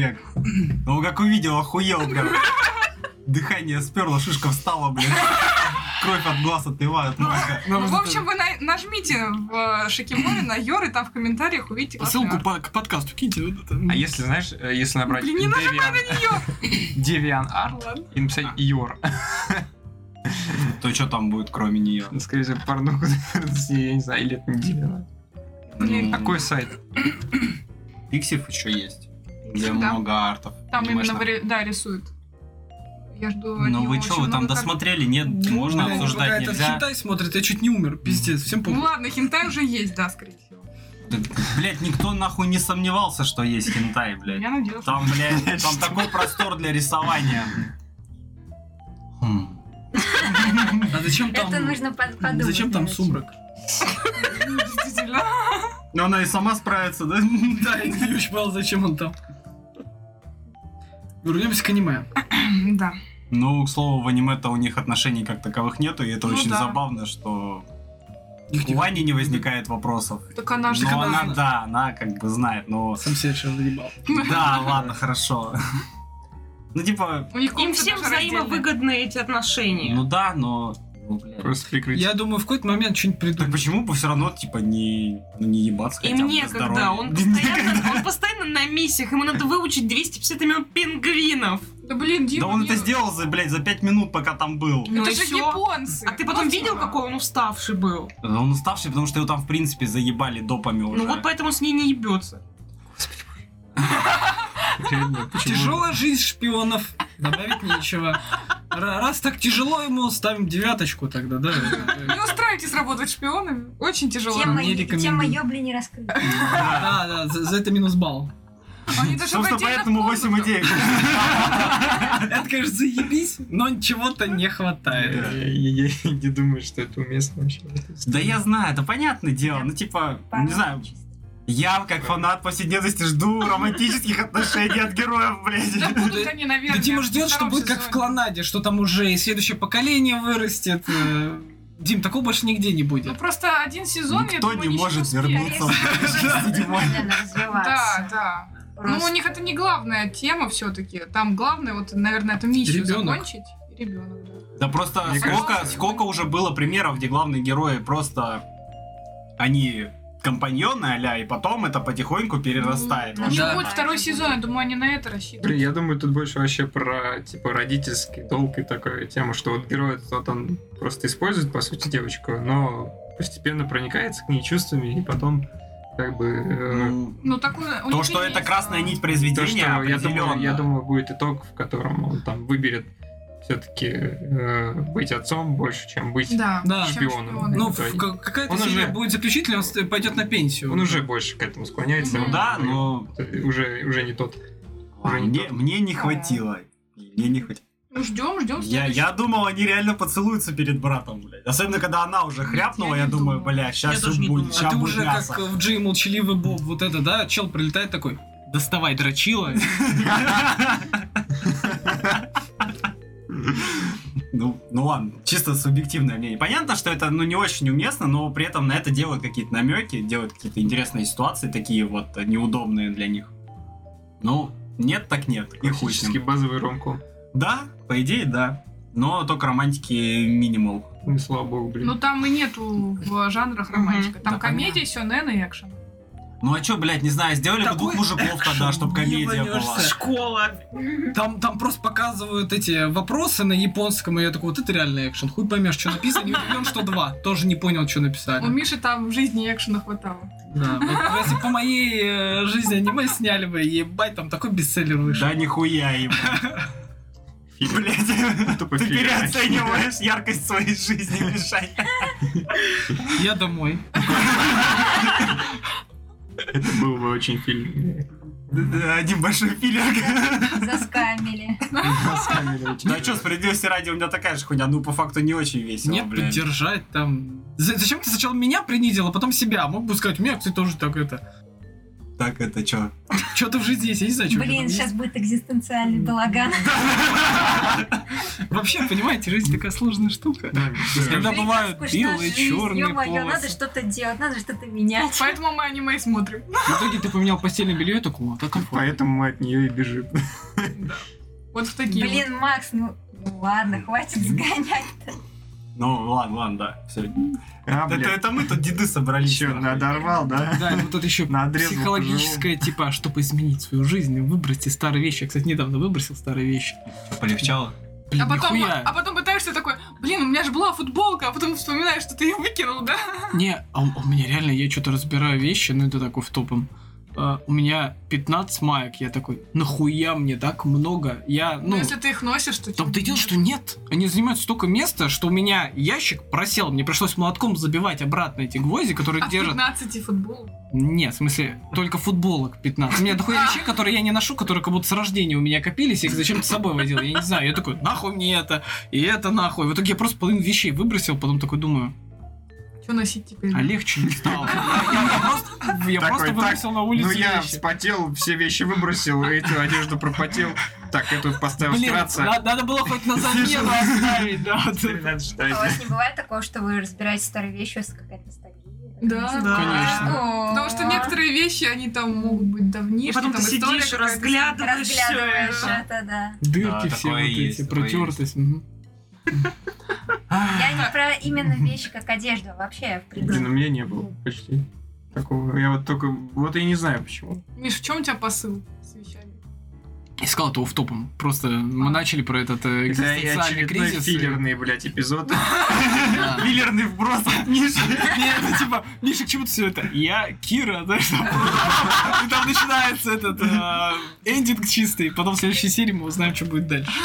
Он как увидел, охуел, прям. Дыхание сперло, шишка встала, блин. Кровь от глаз отливает. Ну, в общем, вы нажмите в Шикиморе на Йор, и там в комментариях увидите классный Ссылку арт. к подкасту киньте. Вот это. А если, знаешь, если набрать Блин, не нажимай на нее! Deviant Art и написать Your, То что там будет, кроме нее? скорее всего, порнуху, я не знаю, или это не Deviant. Блин. Какой сайт? Пиксив еще есть. Где Да. много артов. Там именно, анимешных. да, рисуют. Я жду от Ну него вы очень что, вы там много досмотрели? Нет, можно Блин, обсуждать пока этот нельзя. хентай смотрит, я чуть не умер. Пиздец, всем картин. Ну похуй. ладно, хентай уже есть, да, скорее всего. Да, блядь, никто нахуй не сомневался, что есть хентай, блядь. Я надеялась. Там, блядь, там такой простор для рисования. А зачем там... Это нужно подумать. Зачем там короче. сумрак? Действительно. Но она и сама справится, да? Да, я не очень понял, зачем он там. Вернемся к аниме. Да. Ну, к слову, в аниме-то у них отношений как таковых нету, и это Ну очень да. забавно, что Их у Вани не возникает вопросов. Так она же... Но она- она, да, она как бы знает, но... Сам себя сейчас заебал. Да, ладно, хорошо. Ну, типа, У них Им комната всем даже раздельная. взаимовыгодны эти отношения. ну да, но... ну, блядь. Просто прикрыть. Я думаю, в какой-то момент что-нибудь Так придумать. почему бы все равно, типа, не ебаться хотя бы Им для некогда, здоровья? он постоянно на миссиях, ему надо выучить 250 имен пингвинов. Да блин, Дима, Да он это не- сделал за, блядь, за 5 минут, пока там был. Ну Это и же всё. японцы. А ты потом Вот видел, Дима. какой он уставший был? Он уставший, потому что его там, в принципе, заебали допами уже. Ну вот поэтому с ней не ебется. Реально, почему? Тяжелая жизнь шпионов. Добавить нечего. Раз так тяжело ему, ставим 9 тогда, да? Не устраивайтесь работать шпионами. Очень тяжело. Тема, не рекомендую. тема ёбли не раскрыта. Да, за это минус балл. Они даже в Собственно, отдельных поэтому 8 комнатах. идей. Это, конечно, заебись, но чего-то не хватает. Я не думаю, что это уместно вообще. Да я знаю, это понятное дело. Ну, типа, не знаю, я, как фанат повседневности, жду романтических отношений от героев, блядь. Да будут они, наверное, Да Дима в ждет, что втором будет как в сезоне. Клонаде, что там уже и следующее поколение вырастет. Дим, такого больше нигде не Ну будет. просто один сезон, я Никто думаю, не ничего может успеет. вернуться в седьмой. Да, да. Ну, у них это не главная тема все-таки. Там главное, вот, наверное, эту миссию Ребёнок. закончить. Ребенок, да. Да просто Мне кажется, сколько уже было примеров, где главные герои просто... Они компаньоны а-ля, и потом это потихоньку перерастает. Ну, во не что-то. будет второй сезон, я думаю, они на это рассчитывают. Блин, я думаю, тут больше вообще про, типа, родительский долг и такая тема, что вот герой, вот он просто использует, по сути, девочку, но постепенно проникается к ней чувствами, и потом, как бы... Ну, Ну, такое... у то, них что и это есть. красная нить то, произведения, что, определенно. я думаю, будет итог, в котором он там выберет все-таки быть отцом больше, чем быть... Да, Да. чем Шпионом. шпионы. Ну, Да. какая-то Он серия уже- будет заключительной, он пойдет на пенсию. Он уже больше к этому склоняется. Ну он да, но- Уже не тот. Уже не тот. Мне не хватило. Мне не хватило. Ну, ждем Я думал, они реально поцелуются перед братом, блядь. Особенно, когда она уже хряпнула, я я не думаю, думала. блядь, сейчас Я все тоже не будет, думала. А сейчас ты будет уже мясо. как в Джей Молчаливый Боб, вот это, да, чел прилетает такой, доставай дрочила. Ну ладно, чисто субъективное мнение. Понятно, что это не очень уместно, но при этом на это делают какие-то намеки, делают какие-то интересные ситуации, такие вот неудобные для них. Ну, нет так нет, и хуй с Классический ним. базовый ромком. Да, по идее, да. Но только романтики минимал. Ну, и слава богу, блин. Ну, там и нету в жанрах романтика. Там Да, комедия, сёнэн и экшен. Ну а чё, блядь, не знаю, сделали бы Такой двух мужиков тогда, чтобы комедия была. ебанешься. Школа. Там просто показывают эти вопросы на японском, и я такой, вот это реальный экшен. Хуй поймешь, что написано, не удивлен, что 2. Тоже не понял, что У написали. Миши там в жизни экшена хватало. Да, вот если по моей жизни аниме сняли бы, ебать, там такой бестселлер вышел. Да нихуя ему. Блять, Тупо ты фильм. переоцениваешь яркость своей жизни, Мишань. Я домой. Это был бы очень фильм. Один большой филлер. Заскамили. Да что, справедливости ради, у меня такая же хуйня, ну по факту не очень весело, Нет, блядь. поддержать там. Зачем ты сначала меня принизил, а потом себя? Мог бы сказать, у меня, кстати, тоже так это. Так это чё? Что-то в жизни есть, я не знаю, что Блин, сейчас будет экзистенциальный балаган. Вообще, понимаете, жизнь такая сложная штука. Иногда бывают белые, черные Ё-моё, надо полосы. что-то делать, надо что-то менять. Поэтому мы аниме и смотрим. В итоге ты поменял постельное белье, и такой, вот, так Поэтому мы от нее и бежим. Вот в такие. Блин, Макс, ну ладно, хватит сгонять. Ну, ладно, да, все. А, блядь, Это мы тут деды собрались. чё, нахуй. надорвал, да? Да, и вот это еще Наотрез психологическое, типа, чтобы изменить свою жизнь, выбросьте старые вещи. Я, кстати, недавно выбросил старые вещи. Чё, полегчало? Блин, А потом, нихуя. а потом пытаешься такой, блин, у меня же была футболка, а потом вспоминаешь, что ты ее выкинул, да? Не, а у меня реально, я что-то разбираю вещи, ну это такой в топом. У меня 15 маек, я такой, нахуя мне так много? Я, Ну, ну, если ты их носишь, то... там чё ты дело, нет? что нет. Они занимают столько места, что у меня ящик просел, мне пришлось молотком забивать обратно эти гвозди, которые А в держат... 15 футбол. Нет, в смысле, только футболок 15. У меня дохуя вещей, которые я не ношу, которые как будто с рождения у меня копились, я их зачем-то с собой водил, я не знаю. Я такой, нахуй мне это, и это нахуй. В итоге я просто половину вещей выбросил, потом такой думаю, Что носить теперь? а легче не стало. Я Такой, просто так, выбросил на улицу Ну я вещи. вспотел, все вещи выбросил, эту одежду пропотел. Так, эту поставил Блин, стираться. надо было хоть на замену оставить, да. вот Теперь это. надо А ждать. у вас не бывает такого, что вы разбираете старые вещи, у вас какая-то ностальгия? Да, конечно. Потому что некоторые вещи, они там могут быть давнишние, И потом там ты история сидишь, какая-то. разглядываешь всё Разглядываешь это. это, да. Дырки Да, все такое вот есть, эти, такое протертость. мгм. Я не про именно вещи как одежду, а вообще, в Блин, у принципе. меня не было почти такого. Я вот только... Вот и не знаю почему. Миш, в чем у тебя посыл с вещами? Искал этого в топом. Просто мы начали про этот Это и экзистенциальный очередной кризис. и- филлерный, блядь, эпизод. Да. Филлерный вброс от Миши. Нет, это типа, Миша, к чему ты все это? Я Кира, знаешь, там. И там начинается этот эндинг чистый. Потом в следующей серии мы узнаем, что будет дальше.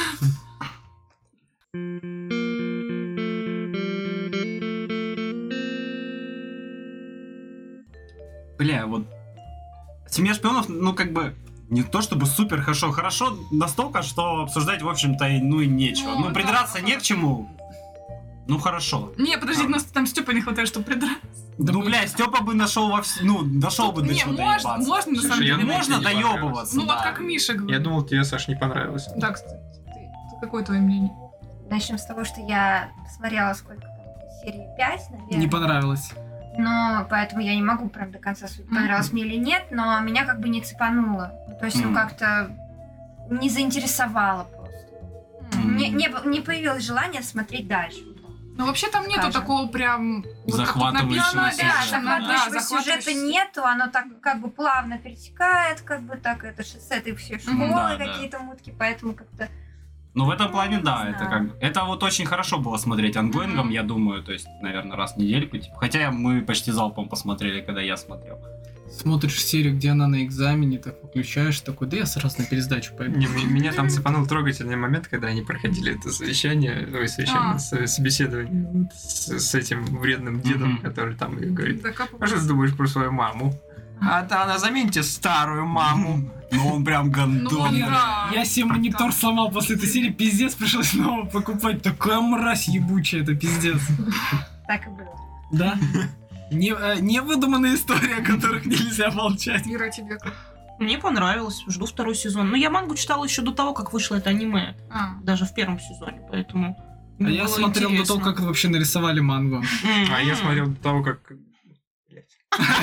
Бля, вот... Семья шпионов, ну, как бы... Не то чтобы супер хорошо. Хорошо настолько, что обсуждать, в общем-то, ну и нечего. Ну, Ну, придраться да. не к чему. Ну, хорошо. Не, подожди, нас там Степа не хватает, чтобы придраться. Ну, бля, Степа бы нашел ну, дошел бы до Не, чего-то можно, ебаться. можно, на Слушай, самом я деле. думал, Можно тебе не доебываться. Ну, вот да. как Миша говорит. Я думал, тебе, Саш, не понравилось. Да, кстати. Какое твое мнение? Начнем с того, что я посмотрела сколько там, серии 5, наверное. Не понравилось. Но поэтому я не могу прям до конца судить, понравилось мне или нет, но меня как бы не цепануло. Ну, то есть, ну, Мгм. как-то не заинтересовало просто. Мгм. Не появилось желания смотреть дальше. Ну, вообще там нету Скажем. такого прям... вот как тут Захватывающего написано, сюжета. Да, экшена, захватывающего захватывающего сюжета нету, оно так как бы плавно перетекает, как бы так, это же с этой всей школы да, да. какие-то мутки, поэтому как-то... Ну, в этом плане, не да, знаю. это как... Это вот очень хорошо было смотреть ангоингом, Мгм. я думаю, то есть, наверное, раз в недельку. Типа. Хотя мы почти залпом посмотрели, когда я смотрел. Смотришь серию, где она на экзамене, так выключаешь, такой, да я сразу на пересдачу пойду. Не, меня там цепанул трогательный момент, когда они проходили это совещание, собеседование вот с этим вредным дедом, Мгм. который там и говорит, а Докапываться. что ты думаешь про свою маму? А она, замените старую маму. Ну, он прям Ну, гандон. да. Я себе монитор сломал после этой серии, пиздец, пришлось снова покупать. Такая мразь ебучая, это пиздец. Так и было. Да? Невыдуманная история, о которых нельзя молчать. Ира, тебе как? Мне понравилось, жду второй сезон. Но я мангу читала еще до того, как вышло это аниме. А, Даже в первом сезоне, поэтому... А мне я было смотрел до интересно. того, как вообще нарисовали мангу. А я смотрел до того, как... Блядь.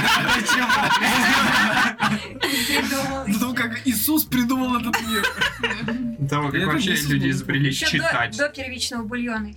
До того, как Иисус придумал этот мир. До того, как Это вообще не люди сложно. изобрели Еще читать. до первичного бульона.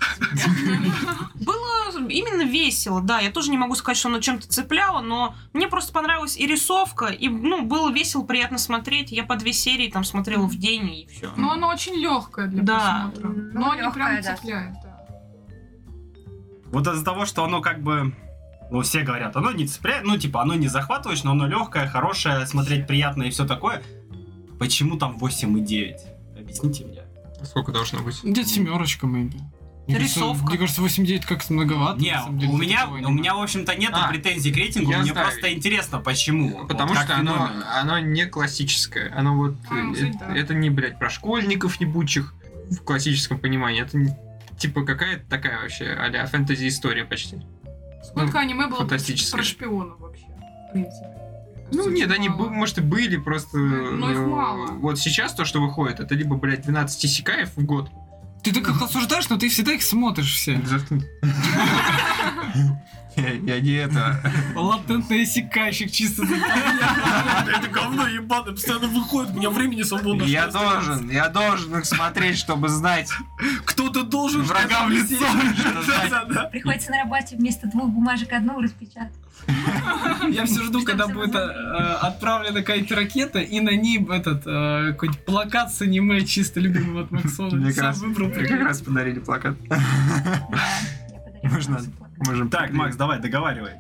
Было именно весело, да. Я тоже не могу сказать, что оно чем-то цепляло, но мне просто понравилась и рисовка, и, ну, было весело, приятно смотреть. Я по 2 серии там смотрела в день, и все. ну оно очень легкое для Да. просмотра. Ну, Но не прям лёгкое, да. цепляет, да. Вот из-за того, что оно как бы... Ну, все говорят, оно не цепляет, ну, типа, оно не захватывающее, но оно легкое, хорошее, смотреть приятно и все такое. Почему там 8,9? Объясните мне. Сколько должно быть? Где-то семерочка, maybe. Мне кажется, Рисовка. Мне кажется, 8-9 как-то многовато. Не, на самом деле, у для меня, такого у аниме. меня, в общем-то, нет А, претензий к рейтингу, я мне знаю. просто интересно, почему. Потому Вот как что оно, феномен. оно не классическое. Оно вот... Может, да. Это не, блядь, про школьников ебучих в классическом понимании. Это типа какая-то такая вообще а-ля фэнтези-история почти. Сколько аниме было фантастическое. про шпионов вообще, в принципе? Ну, Кажется, нет, они, мало. может, и были, просто... Но их мало. Вот сейчас то, что выходит, это либо, блядь, 12 исекаев в год, Ты так их осуждаешь, но ты всегда их смотришь все. Заткнись. Я не это. Латентный иссякающих чисто за тебя. Это говно ебаное, постоянно выходит, у меня времени свободно. Я должен их смотреть, чтобы знать. Кто-то должен Врага в лицо. Да. Приходится на работе вместо 2 бумажек одну распечатать. Я все жду, когда всё будет отправлена какая-то ракета, и на ней какой-нибудь плакат с аниме чисто любимым от Максона. Мне Сам выбрал как прикольно. раз подарили плакат. Да, я подарила Можно. Максу плакат. Можем Так, приклеить. Макс, давай, договаривай.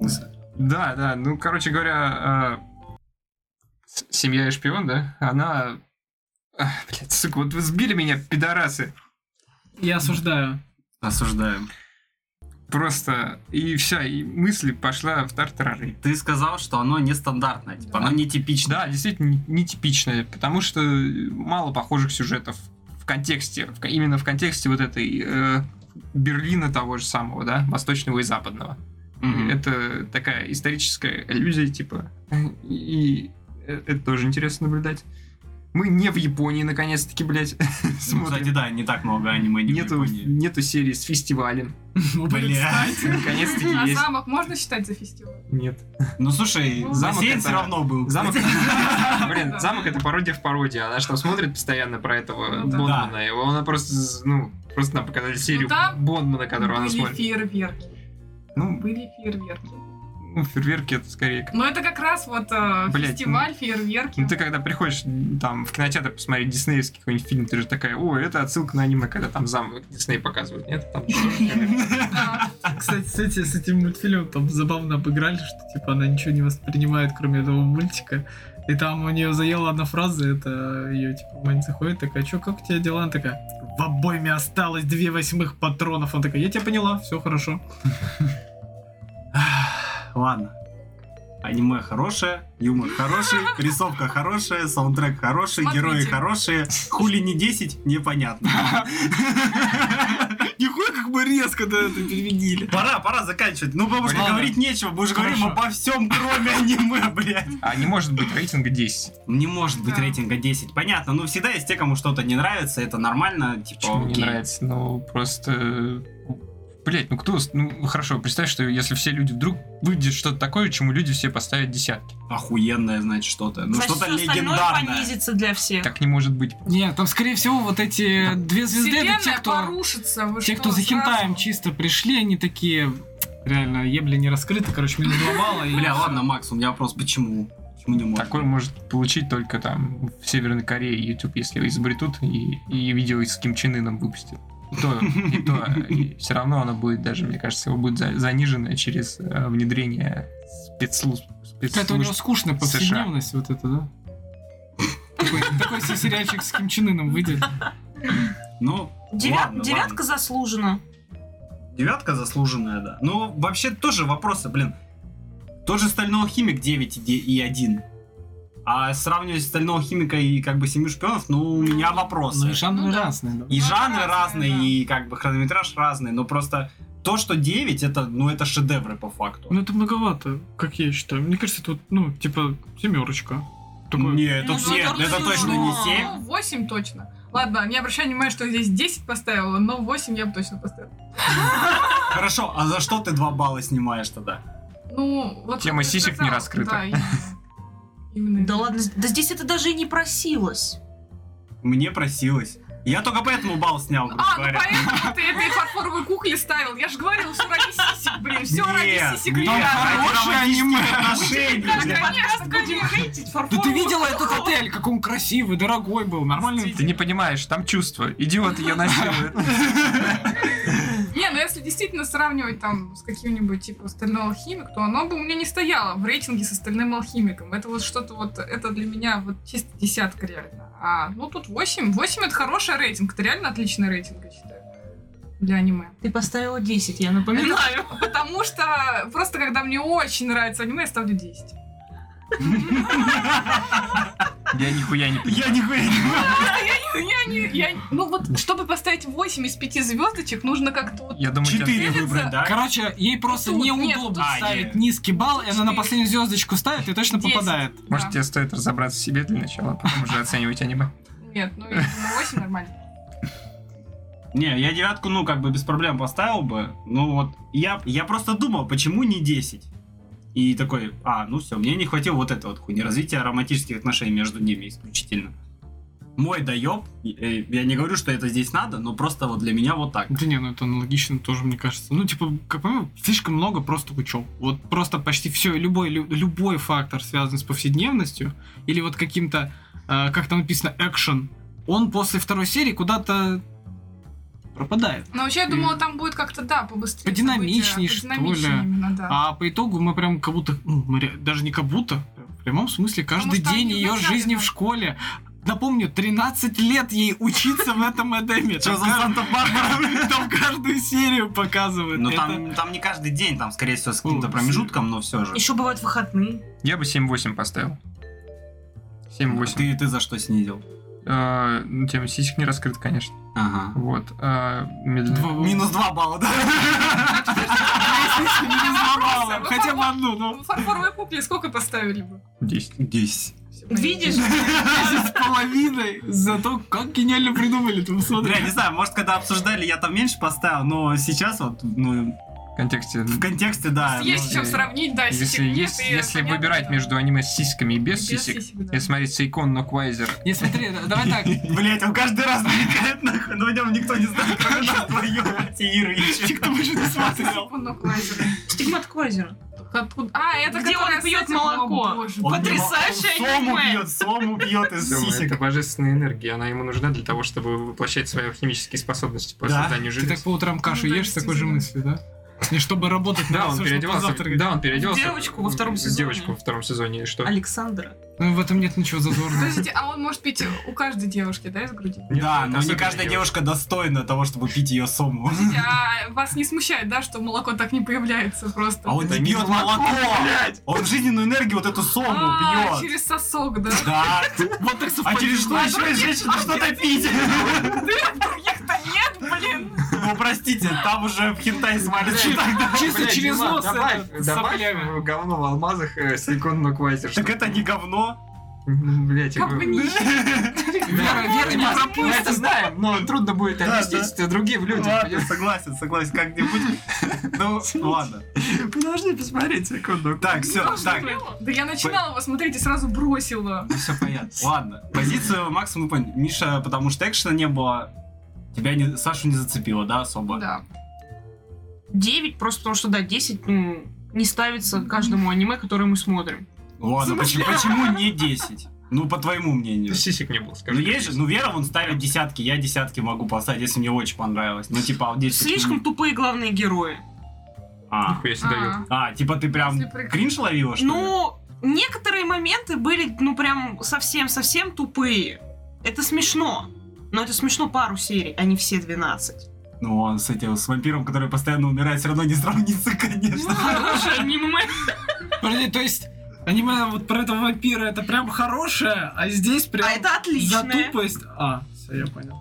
Да, ну, короче говоря, семья и шпион, да, она... Блядь, сука, вот вы сбили меня, пидорасы. Я осуждаю. Осуждаем. Просто, и все, и мысль пошла в тартарары. Ты сказал, что оно нестандартное, типа, оно нетипичное. Да, действительно нетипичное, потому что мало похожих сюжетов в контексте, именно в контексте вот этой Берлина того же самого, да, восточного и западного. Мгм. Это такая историческая аллюзия, типа, и это тоже интересно наблюдать. Мы не в Японии, наконец-таки, блядь, Ну, смотрим. кстати, да, не так много аниме не в Японии. Нету серии с фестивалем. Блядь. Наконец-таки А есть. замок можно считать за фестиваль? Нет. Ну, слушай, Замок бассейн это- все равно был. Замок, кстати. блин, замок это пародия в пародии. Она же там смотрит постоянно про этого Ну да. Бондмана. Его она просто, просто нам показали серию там Бондмана, которую она Были смотрит. фейерверки. Ну, Были фейерверки. фейерверки это скорее... Но это как раз вот Блядь, фестиваль, фейерверки. Ну, ты когда приходишь там в кинотеатр посмотреть диснеевский какой-нибудь фильм, ты же такая, о, это отсылка на аниме, когда там замок Дисней показывают, нет? Там Да. Кстати, с этим мультфильмом там забавно обыграли, что типа она ничего не воспринимает, кроме этого мультика. И там у нее заела одна фраза, это ее типа мать заходит, такая, чё, как у тебя дела? Она такая, в обойме осталось 2/8 патронов. Она такая, я тебя поняла, все хорошо. Ладно. Аниме хорошее, юмор хороший, рисовка хорошая, саундтрек хороший, Смотрите. герои хорошие. Хули не 10, непонятно. Нихуя как бы резко да, это переведили. Пора заканчивать. Ну, потому что Ладно. говорить нечего, мы же говорим Хорошо. обо всем, кроме аниме, блядь. А не может быть рейтинга 10. Не может быть Да. рейтинга 10. Понятно, но всегда есть те, кому что-то не нравится, это нормально, типа, Почему не окей. нравится? Ну, просто... Блять, ну кто... Ну, хорошо, представь, что если все люди вдруг выйдет что-то такое, чему люди все поставят десятки. Охуенное, значит, что-то. Ну, Значит, что-то всё остальное легендарное. понизится для всех. Так не может быть. Нет, там скорее всего вот эти 2 звезды, это те, Вселенная кто... порушится. Вы Те, что, кто за хентаем сразу? чисто пришли, они такие... Реально, ебли не раскрыты, короче, минус 2 балла. и- Бля, ладно, Макс, у меня вопрос, почему? Почему не может? Такое может получить только там в Северной Корее YouTube, если изобретут и видео с Ким Чен Ыном выпустят. И все равно оно будет даже, мне кажется, его будет занижено через внедрение спецслужб. Какая-то у него скучная США. повседневность вот это, да? Такой себе сериальчик с Ким Чен Ыном выйдет. Ну, ладно, Девятка заслужена. Девятка заслуженная, да. Ну, вообще тоже вопросы, блин. Тот же Стальной Алхимик 9 и 1. А сравнивать Стального Химика и как бы Семью Шпионов, ну, у меня вопросы. Ну и жанры Ну да. разные. да. И Ну, жанры разные, разные, да. и как бы хронометраж разный, но просто то, что 9, это, ну, это шедевры по факту. Ну это многовато, как я считаю. Мне кажется, это вот, ну, типа, 7. Такой... Не, это, Ну, нет, это это всё точно равно. не 7. Ну, 8 точно. Ладно, не обращай внимания, что здесь 10 поставила, но 8 я бы точно поставила. Хорошо, а за что ты 2 балла снимаешь тогда? Ну, вот Тема как ты сисек не сказал, раскрыта. Да, именно. Да ладно, да здесь это даже и не просилось. Мне просилось. Я только поэтому балл снял, грубо А, ну говоря. поэтому ты этой фарфоровой кукле ставил. Я же говорил, все ради сисек, блин. Все ради Нет, сисек, нет, ребята. хорошее аниме. Отношения, Да, блядь. конечно, Будем хейтить Да фарфоровую ты видела куклу? этот отель, как он красивый, дорогой был, нормальный. Ты не понимаешь, там чувства. Идиот ее насилует. Не, ну если действительно сравнивать там с каким-нибудь типа Стальной Алхимик, то оно бы у меня не стояло в рейтинге со Стальным Алхимиком. Это вот что-то вот, это для меня вот чисто десятка реально. А, ну тут 8. 8 это хороший рейтинг, это реально отличный рейтинг, я считаю, для аниме. Ты поставила 10, я напоминаю. Потому что просто когда мне очень нравится аниме, я ставлю 10. Я нихуя не понимаю. Я нихуя не Ну вот, чтобы поставить 8 из 5 звездочек, нужно как-то вот... Я думаю, 4 Делится. выбрать, да? Короче, ей просто Тут нет, неудобно тут- ставить нет. низкий балл, и она на 4. последнюю звездочку ставит и точно 10. попадает. может, Да. тебе стоит разобраться в себе для начала, а потом уже оценивать аниме. Нет, ну я думаю, 8 нормально. Не, я 9, ну, как бы без проблем поставил бы. Ну, вот, я просто думал, почему не 10? И такой, ну все, мне не хватило вот этого вот хуйни, развития романтических отношений между ними исключительно. Мой доеб, я не говорю, что это здесь надо, но просто вот для меня вот так. Да не, ну это аналогично тоже, мне кажется. Ну, типа, как понимаю, слишком много просто учеб. Вот просто почти все, любой фактор, связанный с повседневностью, или вот каким-то, как там написано, экшен, он после 2 серии куда-то пропадает. Но вообще я думала, там будет как-то, да, побыстрее. Подинамичней, события, что ли. подинамичнее именно, да. А по итогу мы прям как будто, даже не как будто, в прямом смысле, каждый Потому что день они ее вначале, жизни да. в школе. Напомню, 13 лет ей учиться в этом Эдеме. Что за Санта-Барбара? Там каждую серию показывают. Ну, Это- там не каждый день, там, скорее всего, с каким-то Ну, промежутком, но все же. Еще бывают выходные. Я бы 7-8 поставил. 7-8. Ты за что снизил? Ну, тема сисек не раскрыт, конечно. Ага. Вот. Минус 2 балла, да? Минус 2 балла. Хотя бы одну, ну. Фарфоровые куклы сколько поставили бы? 10. 10. Видишь? 10,5. Зато как гениально придумали там, смотри. Бля, не знаю, может, когда обсуждали, я там меньше поставил, но сейчас вот, ну, В контексте... в контексте, да. Есть ну, чем сравнить, да, сисек нет, и Если понятно, выбирать да. между аниме с сиськами и без сисек, да. если смотреть Сейкон но Квайзер, Не, смотри, давай так. Блять, он каждый раз намекает нахуй, но о нем никто не знает, кроме нас твоего, Ира еще. Кто бы еще не смотрел. Ну, Квайзер. Стигмат Квазера. Откуда? это Где которая он пьёт с этим- молоко? О, боже. Он Потрясающее сому аниме. пьет, сому пьет из это сисек. божественная энергия, она ему нужна для того, чтобы воплощать свои химические способности по Да. созданию Ты так жидкости. по утрам кашу Ну, да, ешь с такой же действительно. мыслью, да? Не чтобы работать, Да, на он всё, чтобы переодевался. позавтракать. Да, он переоделся. Девочку во втором в сезоне. Девочку во втором сезоне, и что? Александра. Ну, в этом нет ничего зазорного. Подождите, а он может пить у каждой девушки, да, из груди? Нет, Да, это но не особенная каждая девушка достойна того, чтобы пить ее сому. Подождите, а вас не смущает, да, что молоко так не появляется просто? А он Это не не пьет молоко, молоко! блядь! Он жизненную энергию, вот эту сому пьет. Через сосок, да? Да. Вот так А через что совпадение. еще женщина что-то пить? Других-то нет, блин! Ну, простите, там уже в хентай свалится тогда. Чисто Блядь, через Диман, нос добавь это, с соплями. в говно в алмазах Сейкон но Квайзер. Так это не говно. Блять, Как бы не... Вера не мы это пропустит. знаем, но трудно будет Да, объяснить это другим людям. Ладно, понимаешь? согласен, как-нибудь. Ну, ладно. Подожди посмотреть секунду. Так, все, так. Да я начинала его смотреть и сразу бросила. Все понятно. Ладно. Позицию Макса мы поняли. Миша, потому что экшена не было. Сашу не зацепило, да, особо? Да. 9, просто потому что, да, 10 не ставится каждому аниме, которое мы смотрим. Ладно, почему не 10? Ну, по твоему мнению. Сисек не было, Ну, скажи. есть же, ну, Вера, вон ставит десятки, я десятки могу поставить, если мне очень понравилось. Ну, типа, 10. Слишком тупые главные герои. Нихуя себе даю. Типа, ты прям Если прикрыть. кринж ловила, что ли? Ну, некоторые моменты были, ну, прям совсем-совсем тупые. Это смешно. Но это смешно пару серий, а не все 12. Ну, он с этим, с вампиром, который постоянно умирает, все равно не сравнится, конечно. Хорошее аниме. Подожди, то есть аниме вот про этого вампира это прям хорошее, а здесь прям А это за отличное. тупость. Все, я понял.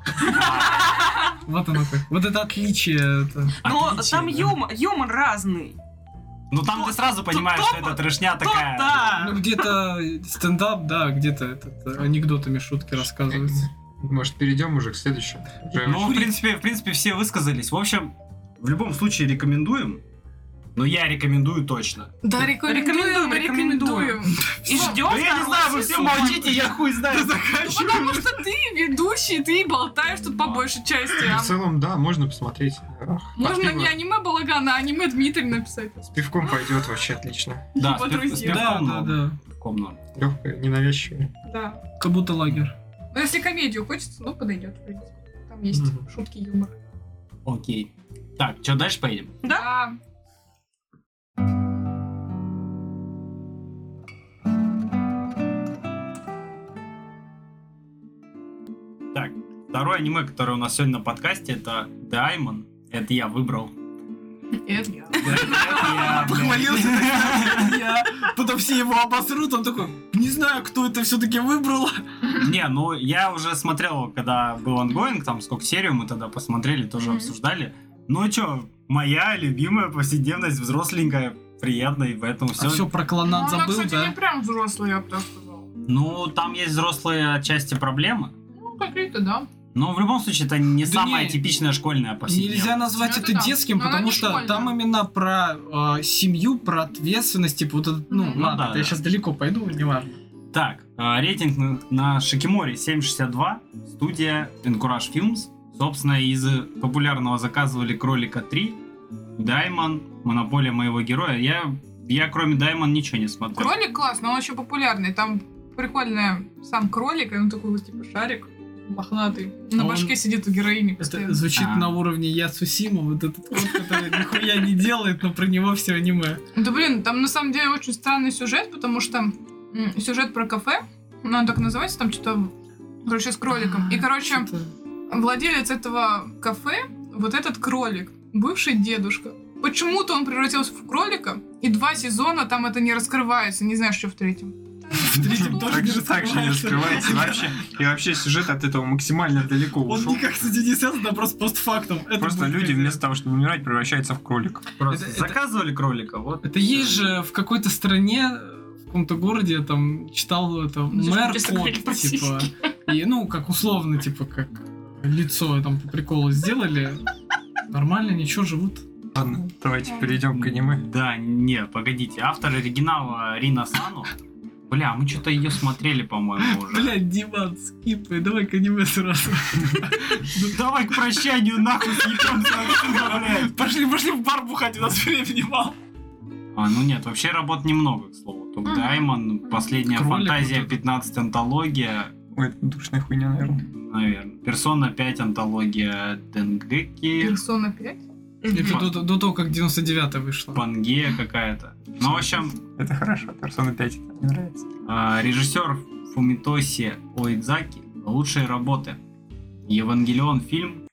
Вот оно как. Вот это отличие. Это. Но Отличие, там да. юмор разный. Ну, там ты сразу понимаешь, что это трешня такая. Да. Ну, где-то стендап, да, где-то анекдотами шутки рассказываются. Может, перейдем уже к следующему? Уже Ну, в принципе, все высказались. В общем, в любом случае рекомендуем. Но я рекомендую точно. Да, Рекомендуем. рекомендуем. И ждем. Да я не знаю, вы все молчите, я хуй знаю. Потому что ты ведущий, ты болтаешь тут по большей части. В целом, да, можно посмотреть. Можно не аниме Балаган, а аниме Дмитрий написать. С пивком пойдет вообще отлично. Да, Его с друзья. пивком Да, норм. да. Пивком норм. Легкое, ненавязчивое. Да. Как будто лагерь. Но если комедию хочется, ну подойдет, в принципе. Там есть Мгм. шутки, юмор. Окей. Так, что дальше поедем? Да. Так, второе аниме, которое у нас сегодня на подкасте, это Diamond. Это я выбрал. Это я. Это я, Похвалился. блядь. Я. Потом все его обосрут, он такой, не знаю, кто это все-таки выбрал. Не, ну я уже смотрел, когда был ангоинг, там сколько серию мы тогда посмотрели, тоже Мгм. обсуждали. Ну чё, моя любимая повседневность, взросленькая, приятная, и поэтому А все все. про Ну, клонат она, забыл, кстати, да? не прям взрослая, я бы так сказала. Ну, там есть взрослые отчасти проблемы. Ну, какие-то, да. Но в любом случае это не Да самая не, типичная школьная повседневность. Нельзя назвать Ну, это это да. детским, Но она потому не что школьная. там именно про семью, про ответственность, типа вот это, ну, Ну ладно, да, я да. сейчас далеко пойду, не важно. Так, рейтинг на Шикиморе 7,62. Студия Encourage Films. Собственно, из популярного заказывали Кролика 3, Даймон, Монополия моего героя. Я кроме Даймон ничего не смотрел. Кролик классный, он очень популярный. Там прикольный сам кролик, и он такой вот типа шарик мохнатый. На Он- башке сидит у героини Это постоянно. звучит А. на уровне Я Цусима, вот этот кот, который нихуя не делает, но про него все аниме. Да блин, там на самом деле очень странный сюжет, потому что сюжет про кафе, ну он так называется, там что-то, короче, с кроликом. И, короче, Что-то- владелец этого кафе, вот этот кролик, бывший дедушка. Почему-то он превратился в кролика, и 2 сезона там это не раскрывается, не знаю, что в 3-м. В третьем тоже Так не же не раскрывается. раскрывается. И вообще сюжет от этого максимально далеко Он ушел. никак, кстати, не связан, а просто постфактум. Это Просто будет люди как-то- вместо того, чтобы умирать, превращаются в кролика. Просто Это- заказывали кролика, вот. Это есть же в какой-то стране, в каком-то городе, я там читал это, Ну, мэр зачем тебе кот, закрыли типа, и, ну, как условно, типа, как лицо там по приколу сделали. Нормально, ничего, живут. Ладно, давайте перейдем к аниме. Да, не, погодите. Автор оригинала Рина Сану. Бля, мы что-то ее смотрели, по-моему, уже. Блядь, Диман, скипай, давай к аниме сразу. Ну давай к прощанию нахуй съебемся отсюда, блядь. Пошли в бар бухать, у нас времени мало. Ну нет, вообще работ немного, к слову. Только Даймон, Последняя Кролик фантазия, вот этот. 15 антология, Ой, это душная хуйня, наверное. наверное. Персона 5 антология Денгеки, Персона 5? Это до того, как 99-я вышла. Пангея какая-то. Ну, в общем, Это хорошо, Персона 5 мне нравится. режиссер Фумитоси Оидзаки. Лучшие работы. Евангелион фильм.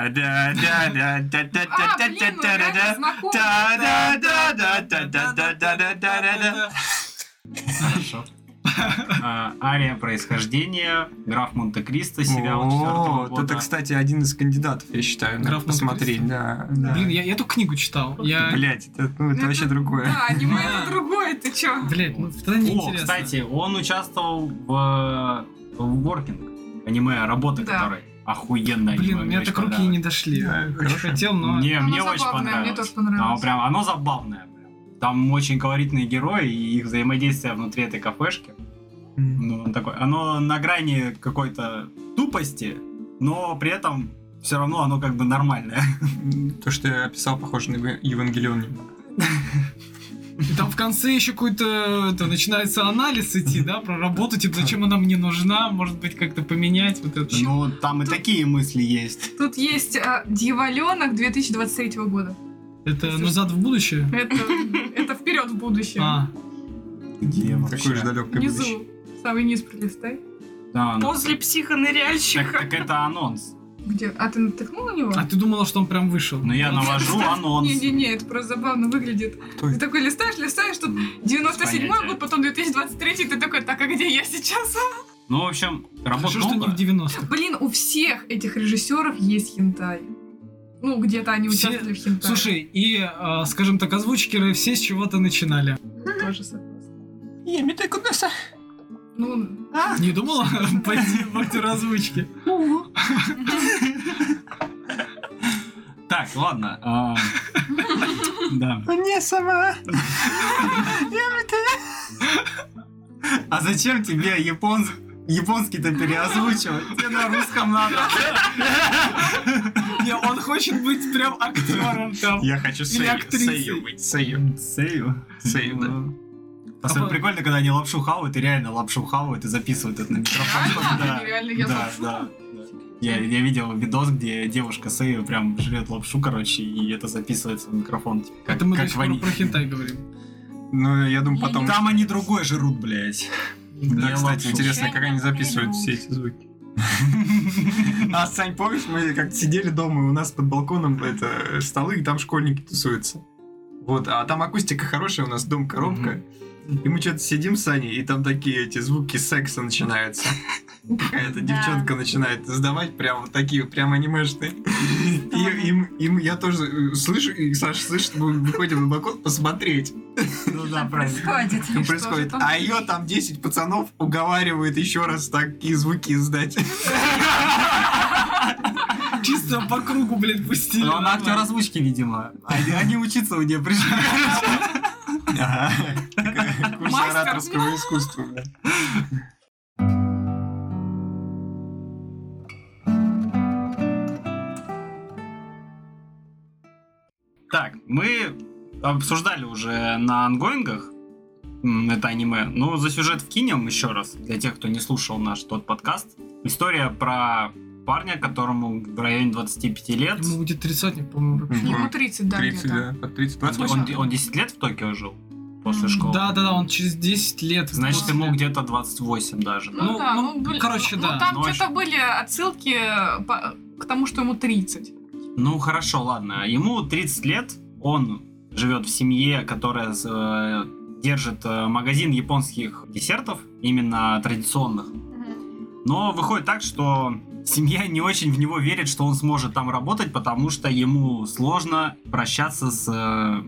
Хорошо. Ария происхождения. Граф Монте-Кристо, сериал 4-го Вот года. это, кстати, один из кандидатов, я считаю, надо Граф посмотреть. Да, да. Блин, я эту книгу читал. Я... Блять, это вообще другое. Да, аниме это другое, ты чё? Блядь, ну тогда О, неинтересно. кстати, он участвовал в Working, аниме, работы Да. которой. Охуенно аниме. Блин, у мне меня очень так руки и понравилось. не дошли. Да, Очень хорошо. хотел, но... Мне Оно очень забавное, понравилось. мне тоже понравилось. Прям, оно забавное. Прям. Там очень колоритные герои и их взаимодействие внутри этой кафешки. Ну, он такой, оно на грани какой-то тупости, но при этом все равно оно как бы нормальное. То, что я описал, похоже на Евангелион немного. И там в конце еще какой-то начинается анализ идти, да, про работу, типа, зачем она мне нужна, может быть, как-то поменять вот это. Ну, там и такие мысли есть. Тут есть Дьяволенок 2023 года. Это назад в будущее? Это вперед в будущее. А, Где Такое вообще? же далекое будущее. Внизу. Самый низ пролистай. Да, ну, После психоныряльщика. так это анонс. Где? А ты натыкнул на него? а ты думала, что он прям вышел? Но я навожу анонс. Не-не-не, это просто забавно выглядит. Кто Ты это? такой листаешь, тут 97-й Понятия. год, потом 2023, ты такой, так, а где я сейчас? Ну, в общем, работа Хорошо, что не в 90-х. Блин, у всех этих режиссеров есть хентай. Ну, где-то они Все- участвовали в хентай. Слушай, и, скажем так, озвучкеры все с чего-то начинали. Тоже согласна. Я метай кудаса. Ну, Не думала пойти в актера озвучки? Так, ладно. Да. Не сама. А зачем тебе японский-то переозвучивать? Тебе на русском надо. Не, он хочет быть прям актером там. Я хочу Или актрисой. Сэйю быть. Сэйю. Сэйю, да. Особенно прикольно, когда они лапшу хавают, и реально лапшу хавают и записывают это на микрофон. Реально? Да, Они реально едят да, лапшу? да. Я видел видос, где девушка Сэйю прям жрет лапшу, короче, и это записывается в микрофон. Типа, Это мы до как сих пор они- про хентай говорим. Ну, я думаю, потом... Там они другой жрут, блядь. Да, Не кстати, лапшу. интересно, как они записывают все эти звуки. А, Сань, помнишь, мы как сидели дома, и у нас под балконом это столы, и там школьники тусуются. Вот, а там акустика хорошая, у нас дом-коробка. И мы что-то сидим с Саней, и там такие эти звуки секса начинаются. Какая-то девчонка начинает издавать прям вот такие вот прям анимешные. И я тоже слышу, и Саша слышит, мы выходим на балкон посмотреть, Ну да, правильно. Происходит. что происходит. там? А ее там 10 пацанов уговаривают еще раз такие звуки издать. Чисто по кругу, блядь, пустили. Ну, она актер озвучки, видимо. Они учиться у нее пришли. Курс Мастер. ораторского искусства. бля. Так, мы обсуждали уже на ангоингах это аниме. Ну, за сюжет вкинем еще раз, для тех, кто не слушал наш тот подкаст. История про парня, которому в районе 25 лет. Ему будет 30, по-моему. вообще. Ему 30, да, 30, где-то. да, под 30. Он 10 лет в Токио жил после школы. Да, он через 10 лет. Значит, 20 ему лет. где-то 28 даже. Ну, Да? да, блин, короче, да. там Ну, где-то очень- были отсылки к тому, что ему 30. Ну, хорошо, ладно. Ему 30 лет, он живет в семье, которая держит магазин японских десертов, именно традиционных. Но выходит так, что семья не очень в него верит, что он сможет там работать, потому что ему сложно прощаться с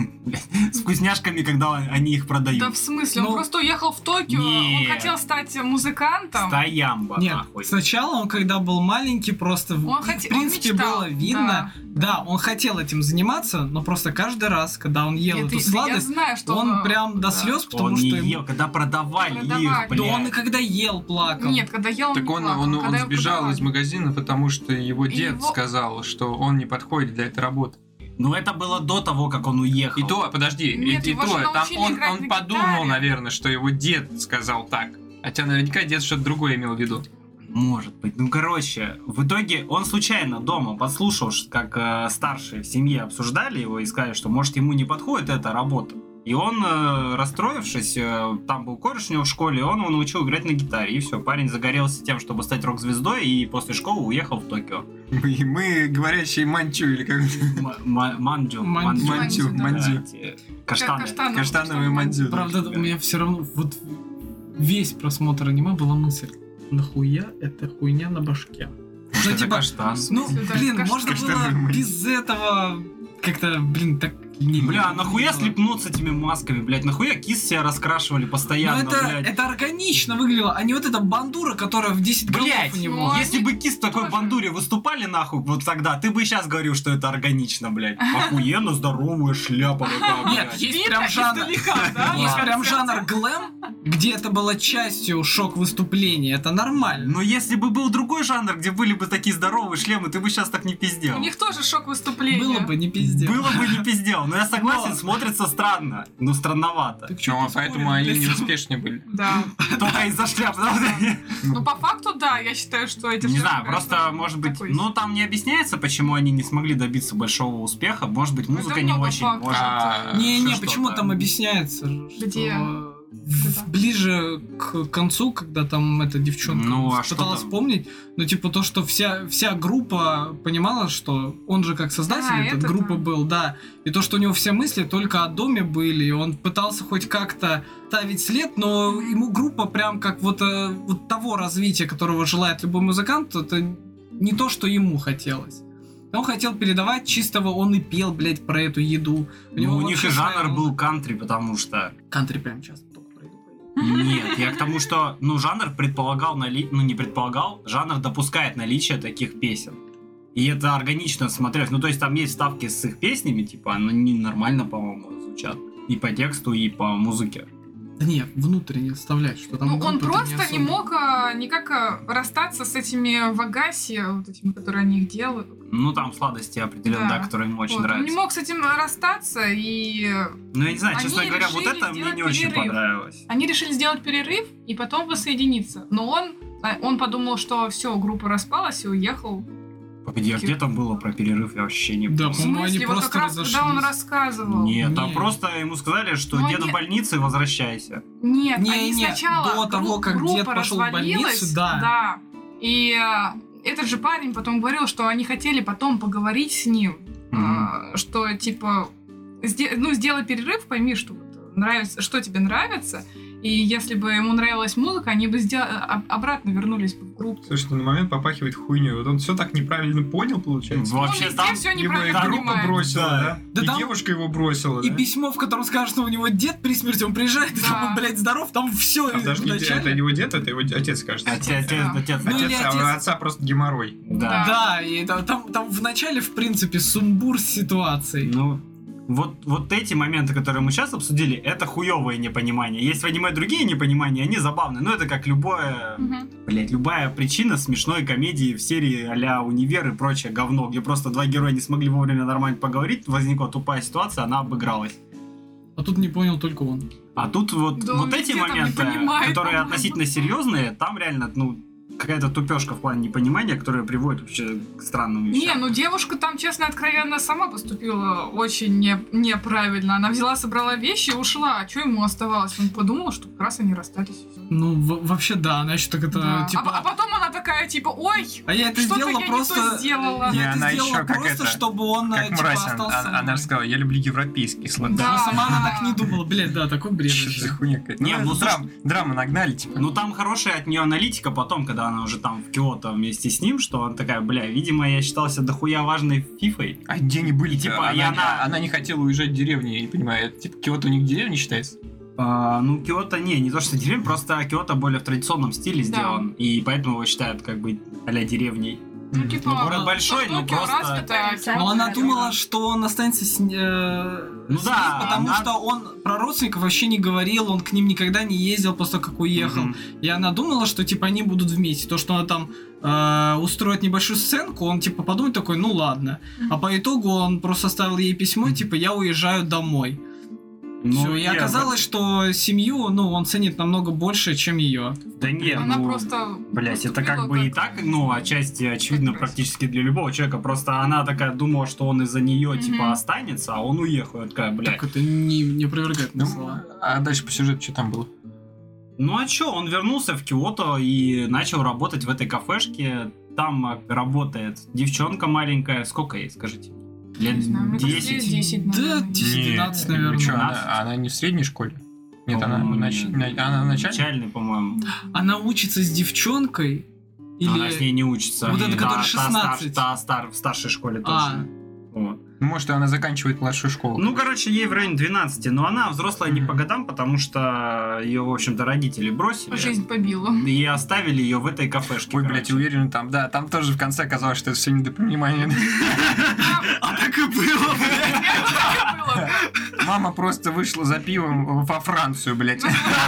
вкусняшками, когда они их продают. Да в смысле? Он Ну, просто уехал в Токио, нет. он хотел стать музыкантом. Стоямба, Нет, нахуй. сначала он, когда был маленький, просто Он в принципе он мечтал, было видно. Да, он хотел этим заниматься, но просто каждый раз, когда он ел Нет, эту я сладость, знаю, что он прям до да. слез, потому Он не что ему... ел, когда продавали Продавали. их, Да он и блядь. когда ел, плакал. Нет, когда ел, Так не он плакал, когда его сбежал продавали. из магазина, потому что его дед Его- сказал, что он не подходит для этой работы. Но это было до того, как он уехал. И то, подожди, Нет, и его то, же там научили он играть на подумал, гитаре. наверное, что его дед сказал так. Хотя наверняка дед что-то другое имел в виду. Может быть. Ну, короче, в итоге он случайно дома подслушал, как старшие в семье обсуждали его и сказали, что, может, ему не подходит эта работа. И он, расстроившись, там был кореш у него в школе, он его научил играть на гитаре. И все, парень загорелся тем, чтобы стать рок-звездой, и после школы уехал в Токио. Мы говорящие манчу или как Манджу. Манджу, да. манджу. Каштаны. Каштановый мандзю. Правда, у меня все равно вот весь просмотр аниме была мысль, нахуя эта хуйня на башке? Может, Ну, это типа, каштан. Ну, смысле, да, блин, каштан. можно Каштановый было мандзю. без этого как-то, блин, так... Не, Бля, не нахуя было. слепнуть с этими масками, блядь? Нахуя кис себя раскрашивали Ну, постоянно, блядь? это органично выглядело, а не вот эта бандура, которая в 10 голов Блять, у него. ну, если бы кис в такой тоже. бандуре выступали нахуй вот тогда, ты бы сейчас говорил, что это органично, блядь. Охуенно здоровая шляпа такая, Нет, блядь. есть Видно прям жанр. издалека, да? Есть Да. прям жанр глэм, где это было частью шок-выступления. Это нормально. Но если бы был другой жанр, где были бы такие здоровые шлемы, ты бы сейчас так не пиздел. У них тоже шок выступления. Было бы не пиздец. Было бы не пиздел. Но я согласен, Но- смотрится странно. Ну, странновато. Так чё Ну, ты поэтому споришь, они блядь? неуспешнее были. Да. Только из-за шляп, да? Ну, по факту, да, я считаю, что эти... Не все знаю, как просто, раз может быть, такой- ну, там не объясняется, почему они не смогли добиться большого успеха. Может быть, музыка Это не много очень, фактов. может... Не-не, что-то. почему там объясняется? Где? Что Где-то. ближе к концу, когда там эта девчонка Ну, а что пыталась там? вспомнить, ну, типа то, что вся группа понимала, что он же как создатель этой это группы там. был, да, и то, что у него все мысли только о доме были, и он пытался хоть как-то ставить след, но ему группа прям как вот того развития, которого желает любой музыкант, это не то, что ему хотелось. Он хотел передавать чистого, он и пел, блядь, про эту еду. Ну, у них и вообще жанр прям- был кантри, потому что... Кантри прям часто только пройду. Нет, я к тому, что, ну, жанр предполагал, ну, не предполагал, жанр допускает наличие таких песен. И это органично смотрелось. Ну, то есть там есть вставки с их песнями, типа, они нормально, по-моему, звучат. И по тексту, и по музыке. Да не, внутренне вставлять, что там... Ну, он группа-то просто не особо. мог никак расстаться с этими вагаси, вот этими, которые они их делают. Ну, там сладости определенно, да, Да. которые ему очень Вот, он нравятся. не мог с этим расстаться, и Ну, я не знаю, честно Они говоря, вот решили это мне не сделать очень перерыв. понравилось. они решили сделать перерыв и потом воссоединиться. Но он подумал, что все, группа распалась и уехал. Погоди, а где там было про перерыв? Я вообще не Да, помню. В по-моему, они смысле, вот просто как раз когда он разошлись. рассказывал. Нет, там Не. просто ему сказали, что Ну, дед в не- больнице, возвращайся. Нет, Не, они не, сначала до того, как группа дед пошел в развалилась, больницу, да. да. И этот же парень потом говорил, что они хотели потом поговорить с ним, что типа сделай перерыв, пойми, что вот нравится, что тебе нравится, И если бы ему нравилась музыка, они бы обратно вернулись бы в группу. Слушай, на момент попахивает хуйней. Вот он все так неправильно понял, получается. Вообще везде там все Его и неправильно группа понимают. бросила, да? Да И там- девушка его бросила, И да? письмо, в котором скажет, что у него дед при смерти, он приезжает, и Да. там, он, блядь, здоров, там все А подожди, это его дед, это его отец, кажется. отец. Ну, или Отец, а у отец. отца просто геморрой. Да. Да, и там в начале, в принципе, сумбур с ситуацией. Ну, вот эти моменты, которые мы сейчас обсудили, это хуевое непонимание. Есть в аниме другие непонимания, они забавные. Но это как любая причина смешной комедии в серии а-ля «Универ» и прочее говно, где просто два героя не смогли вовремя нормально поговорить, возникла тупая ситуация, она обыгралась. А тут не понял только он. А тут вот Да он эти везде там не моменты, понимает, которые по-моему. относительно серьезные, там реально, какая-то тупешка в плане непонимания, которая приводит вообще к странным Не, вещам. ну девушка там, честно, откровенно сама поступила очень неправильно. Она взяла, собрала вещи и ушла. А что ему оставалось? Он подумал, что как раз они расстались. И всё. Ну, вообще, да, она еще так это, Да. типа... А потом она такая, типа, ой, А я это что-то сделала я просто... не то сделала. Не, Я это она сделала еще как просто, это, чтобы он, Как типа, мразь, остался со она мной. же сказала, я люблю европейский сладкий. Да. Но сама она так не думала. Блядь, да, такой бред. Что вообще. за хуйня какая-то? Не, ну, драма нагнали, типа. Ну там хорошая от нее аналитика потом, когда она уже там в Киото вместе с ним, что он такая, бля, видимо, я считался дохуя важной фифой. А где они были? Типа, и она- не хотела уезжать в деревню, я не понимаю. Это, типа, Киото у них деревня считается? Киото не то что деревня, просто Киото более в традиционном стиле Да. сделан, и поэтому его считают как бы а-ля деревней. Ну, типа, город большой, но Токио просто- развитая, Да. Но она Да. думала, что он останется с ней, Ну с да, ней, потому она- что он про родственников вообще не говорил, он к ним никогда не ездил после того, как уехал. Мгм. И она думала, что типа они будут вместе. То, что она там устроит небольшую сценку, он типа подумает такой, ну ладно. А по итогу он просто оставил ей письмо, типа я уезжаю домой. Ну, Всё, и оказалось, что семью, он ценит намного больше, чем ее. Да нет, Она просто... блять, это поступила как бы и так, отчасти очевидно Как практически для любого человека. Просто она такая думала, что он из-за нее Мгм. типа останется, а он уехал. Я такая, блядь. Так это не опровергает мои слова. А дальше по сюжету что там было? Ну а чё, он вернулся в Киото и начал работать в этой кафешке. Там работает девчонка маленькая. Сколько ей, скажите? Лет Не знаю, мне кажется, 10? 10, Да, наверное. 10-12, Не, наверное. чё, 12? она не в средней школе? Нет, она По-моему, она в начале? Начальный, по-моему. Она учится с девчонкой? Или... Она с ней не учится. Вот эта, Та- которая та 16. в старшей школе точно. Вот. Ну, может, она заканчивает младшую школу. Ну, короче, ей в районе 12, но она взрослая не по годам, потому что ее, в общем-то, родители бросили. Жизнь побила. И оставили ее в этой кафешке. Ой, блядь, короче. уверен, там тоже в конце оказалось, что это все недопонимание. А так и было, блядь. Мама просто вышла за пивом во Францию, блядь.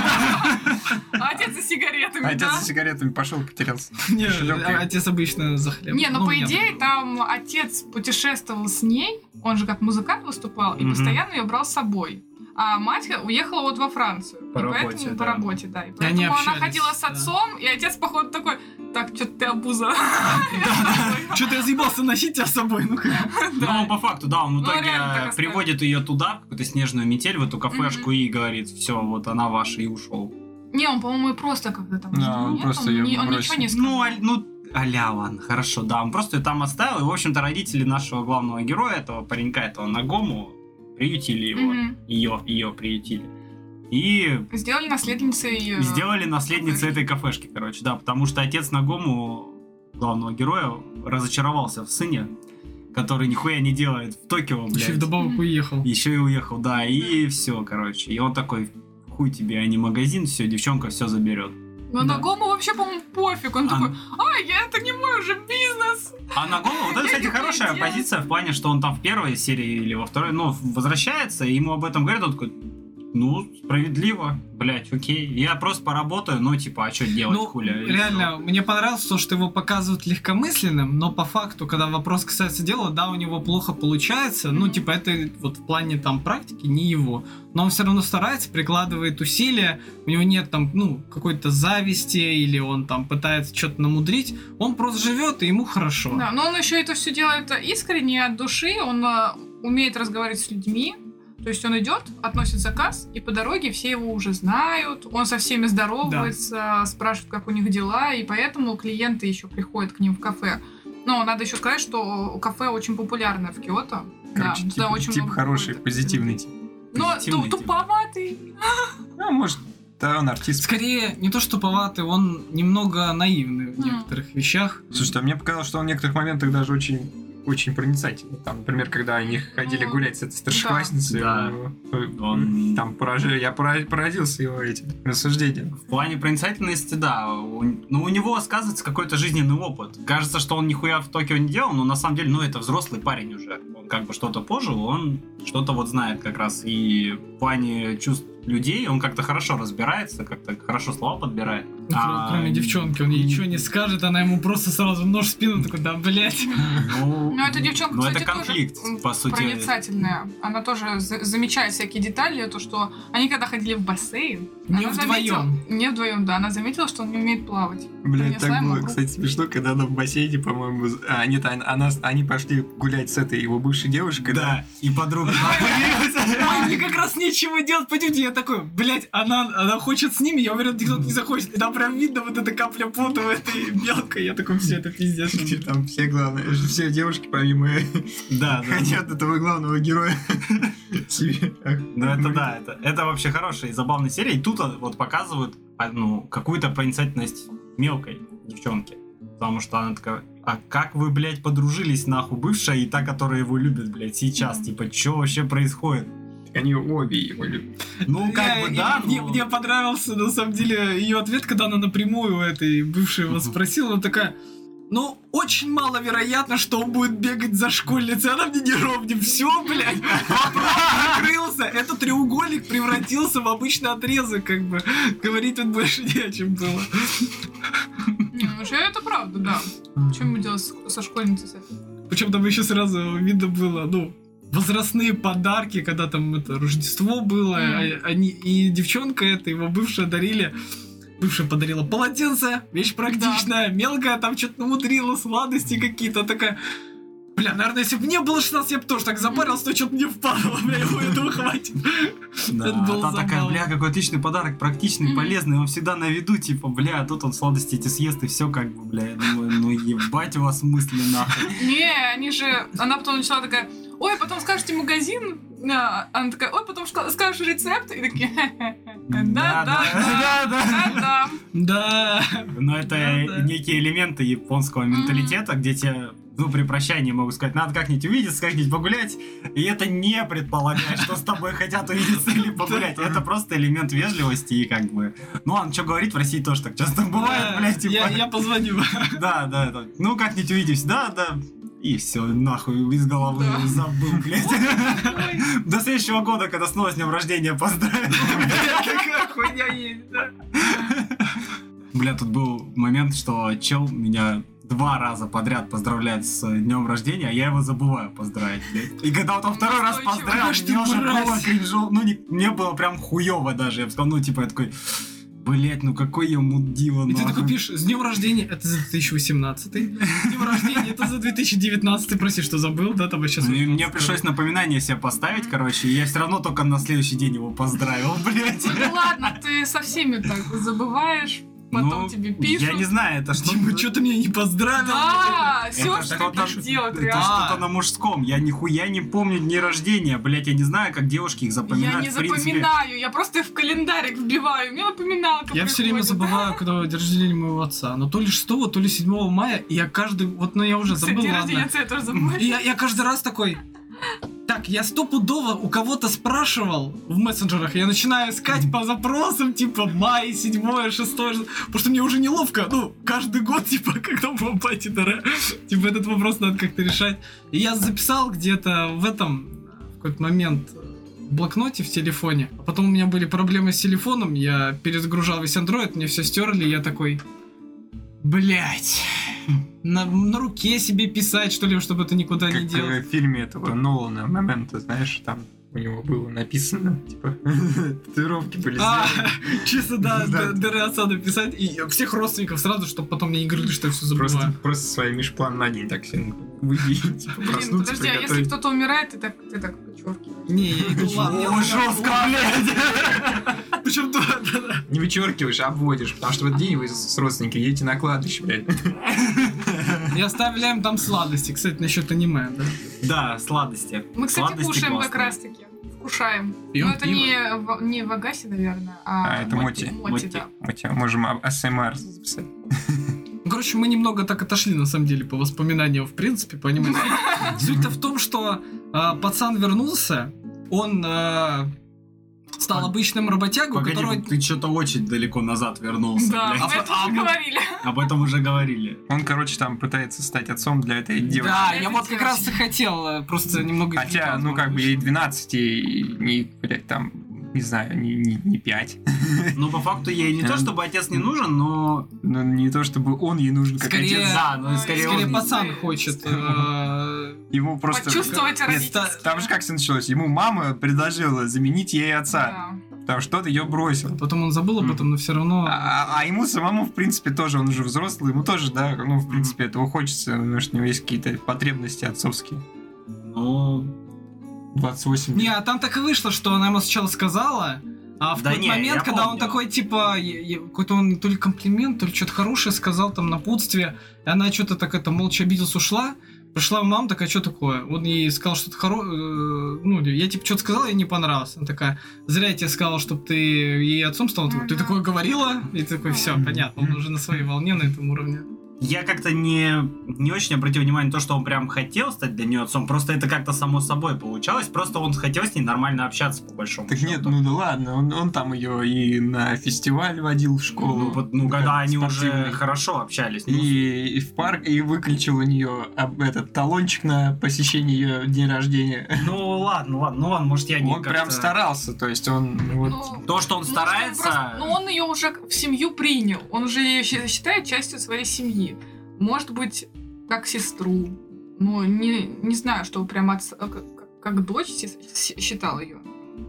А отец за сигаретами, А отец да? за сигаретами пошел, потерялся. Не, Шлёпкой. отец обычно за хлеб. Не, ну по нет. идее там отец путешествовал с ней, он же как музыкант выступал, и Мгм. постоянно ее брал с собой. А мать уехала вот во Францию. По И работе, поэтому, да. по работе, да. И они поэтому она общались, ходила с да. отцом, и отец, походу, такой, так, что-то ты обуза. Что-то я заебался носить тебя с собой, ну-ка. Ну, по факту, да, он в Ну, итоге реально так оставили. приводит ее туда, в какую-то снежную метель, в эту кафешку, и говорит, все, вот она ваша, и ушел. Не, он, по-моему, и просто когда там... Да, он нет, просто он её не- он бросил. ничего не сказал. Аля, ладно, хорошо, да, он просто ее там оставил, и, в общем-то, родители нашего главного героя, этого паренька, этого Нагому, приютили его, Мгм. ее приютили. И Сделали наследницей... сделали наследницей этой кафешки, короче, да, потому что отец Нагому, главного героя, разочаровался в сыне, который нихуя не делает в Токио, Еще и блядь. вдобавок уехал. Еще и уехал, да, и все, короче. И он такой, хуй тебе, а не магазин, все, девчонка все заберет. Но Да. Нагому вообще, по-моему, пофиг. Он такой, это не мой уже бизнес. А Нагому, вот это, кстати, Я хорошая никуда не позиция в плане, что он там в первой серии или во второй, возвращается, и ему об этом говорят, он такой, справедливо, блять, окей. Я просто поработаю, а что делать, хуля? И реально, мне понравилось то, что его показывают легкомысленным, но по факту, когда вопрос касается дела, да, у него плохо получается, это вот в плане там практики не его. Но он все равно старается, прикладывает усилия, у него нет там, какой-то зависти, или он там пытается что-то намудрить, он просто живет, и ему хорошо. Да, но он еще это все делает искренне, от души, он умеет разговаривать с людьми. То есть он идет, относит заказ, и по дороге все его уже знают, он со всеми здоровается, спрашивает, как у них дела, и поэтому клиенты еще приходят к ним в кафе. Но надо еще сказать, что кафе очень популярное в Киото. Короче, да, очень тип много хороший, приходит. позитивный тип. Но Позитивный тип. туповатый. Ну, может, Да, он артист. Скорее, не то что туповатый, он немного наивный в некоторых вещах. Слушай, а мне показалось, что он в некоторых моментах даже очень проницательный. Там, например, когда они ходили гулять с этой старшеклассницей, Да. он там я поразился его этим рассуждением. В плане проницательности, да. Но у него сказывается какой-то жизненный опыт. Кажется, что он нихуя в Токио не делал, но на самом деле, это взрослый парень уже. Он как бы что-то пожил, он что-то вот знает как раз. И в плане чувств людей он как-то хорошо разбирается, как-то хорошо слова подбирает. Кроме девчонки, он ей ничего не скажет, она ему просто сразу нож в спину, такой, да, блять. Ну, эта девчонка, Ну, кстати, это конфликт, тоже по сути. проницательная. Она тоже замечает всякие детали, то, что они когда ходили в бассейн... Не она вдвоем. Не вдвоем, да. Она заметила, что он не умеет плавать. Блять, Принесла так ему было, руку. кстати, смешно, когда она в бассейне, по-моему... Они пошли гулять с этой его бывшей девушкой, Да, и подруга. Ой, мне как раз нечего делать, пойдемте. Я такой, блять, она хочет с ними, я уверен, никто не захочет. И там прям видно вот эта капля пота в этой мелкой. Я такой, все, это пиздец. Где там все девушки, помимо Да, да. хотят этого главного героя себе. Ну это да, это вообще хорошая и забавная серия. И тут вот показывают какую-то проницательность мелкой девчонки. Потому что она такая, а как вы, блядь, подружились, нахуй, бывшая и та, которая его любит, блядь, сейчас? Типа, что вообще происходит? Они обе его любят. Ну, как бы, да, но... Мне понравился, на самом деле, ее ответ, когда она напрямую у этой бывшей его спросила, она такая... Ну, очень маловероятно, что он будет бегать за школьницей. Она мне не ровнее. Все, блядь, вопрос закрылся. Этот треугольник превратился в обычный отрезок, как бы. Говорить тут больше не о чем было. Ну, вообще, это правда, да. Что ему делать со школьницей с этой? Причем там еще сразу видно было, возрастные подарки, когда там это Рождество было, они и девчонка эта, его бывшая подарила полотенце, вещь практичная, мелкая, там что-то намудрила, сладости какие-то, такая... Бля, наверное, если бы мне было 16, я бы тоже так запарился, то что-то мне впало, бля, его этого хватит. Да, Это было а та такая, забавно. бля, какой отличный подарок, практичный, полезный, он всегда на виду, типа, бля, а тут он сладости эти съест, и все как бы, бля, я думаю, ну ебать у вас мысли, нахуй. Не, они же... Она потом начала такая, ой, потом скажете магазин. Она такая, ой, потом скажешь рецепт. И такие, да. Да. Но это некие элементы японского менталитета, где тебе, при прощании могут сказать, надо как-нибудь увидеться, как-нибудь погулять, и это не предполагает, что с тобой хотят увидеться или погулять. Это просто элемент вежливости и как бы... Ну ладно, что говорить, в России тоже так часто бывает, блядь, типа... Я позвоню. Да, ну как-нибудь увидимся, да. И все, нахуй, из головы забыл, блядь. До следующего года, когда снова с днем рождения поздравим. Такая хуйня есть, да. Бля, тут был момент, что чел меня 2 раза подряд поздравляет с днем рождения, а я его забываю поздравить, блядь. И когда вот он второй раз поздравил, мне уже было кринжово. Мне было прям хуёво даже. Я бы сказал, я такой... Блять, ну какой я мудила, И ты такой пишешь, с днем рождения, это за 2018, с днем рождения, это за 2019, прости, что забыл, да, там сейчас... Мне пришлось напоминание себе поставить, короче, и я все равно только на следующий день его поздравил, блять. Ну ладно, ты со всеми так забываешь, потом тебе пишут. Я не знаю, это что... Типа, что ты меня не поздравил? Да, все, Это что что-то ты делать, это реально. что-то на мужском. Я нихуя не помню дни рождения, блять, я не знаю, как девушки их запоминают. Я не в принципе. запоминаю, я просто в календарик вбиваю, мне напоминалка Я все время приходит. забываю, когда день рождения моего отца. Но то ли 6, то ли 7 мая, и я каждый... я уже забыл, День ладно. рождения отца я тоже забываю. И я каждый раз такой... Так, я стопудово у кого-то спрашивал в мессенджерах, я начинаю искать по запросам, типа, май, 7, 6, потому что мне уже неловко, каждый год, типа, когда мы в пати-дара, типа, этот вопрос надо как-то решать. И я записал где-то в какой-то момент в блокноте в телефоне, а потом у меня были проблемы с телефоном, я перезагружал весь Android, мне все стерли, и я такой... Блять, на руке себе писать, что ли, чтобы это никуда не Как делать. в фильме этого Нолана момента, знаешь, там у него было написано, типа, татуировки были сделаны. Чисто, да, дыры отца написать, и всех родственников сразу, чтобы потом мне не говорили, что я все забываю. Просто свой межплан на день так все выбей, типа, Блин, проснуться, подожди, а если приготовить. кто-то умирает, ты так подчеркиваешь? Не, я иду, ладно. Жестко, блядь. Причем, да. Не вычеркиваешь, а обводишь, потому что в этот день вы с родственниками едете на кладбище, блядь. И оставляем там сладости. Кстати, насчет аниме, да? Да, сладости. Мы, кстати, Сладости кушаем классные. как раз-таки. Кушаем. Пьем Но это пиво. не в Агасе, наверное, а это Моти. да. Моти, можем АСМР записать. Ну, короче, мы немного так отошли, на самом деле, по воспоминаниям, в принципе, понимаете. Суть-то в том, что пацан вернулся, он стал обычным работягой, у Погоди, которого... ты что-то очень далеко назад вернулся. Да, блядь. мы это уже говорили. Об этом уже говорили. Он, короче, там пытается стать отцом для этой девочки. Да, Это я вот как раз и хотел просто немного... Хотя, ну, как бы ей 12, и не, блядь, там, не знаю, не 5. Ну, по факту ей не то, чтобы отец не нужен, но... Ну, не то, чтобы он ей нужен как Скорее- отец. Да, ну, скорее Скорее он... пацан хочет. Ему просто... Почувствовать Нет, родительство. там же как все началось? Ему мама предложила заменить ей отца, Да. потому что тот ее бросил. Потом он забыл об этом, но все равно... А ему самому, в принципе, тоже, он уже взрослый, ему тоже, да, ну, в принципе, этого хочется, потому что у него есть какие-то потребности отцовские. Ну, 28. Не, а там так и вышло, что она ему сначала сказала, а в Да тот не, момент, я когда он помню. такой, типа, какой-то он то ли комплимент, то ли что-то хорошее сказал, там, напутствие, и она что-то так это молча обиделась, ушла, пришла мама такая, что такое? Он ей сказал что-то хорошее, ну, я типа что-то сказала, ей не понравилось. Она такая, зря я тебе сказала, чтобы ты ей отцом стал. Ты такое говорила? И ты такой, все, понятно, он уже на своей волне на этом уровне. я как-то не очень обратил внимание на то, что он прям хотел стать для нее отцом. Просто это как-то само собой получалось. Просто он хотел с ней нормально общаться, по большому Так счету. нет, ну да ладно, он там ее и на фестиваль водил в Ну, школу. вот, ну, когда они спортивный. уже хорошо общались. Ну, И в парк, и выключил у нее этот талончик на посещение ее день рождения. ну, ладно, может, я не Он прям как-то- старался, то есть он вот... Ну, То, что он может, старается... просто- ну, он ее уже в семью принял. Он уже ее считает частью своей семьи. Может быть, как сестру. Ну, не знаю, что прям как дочь считал ее.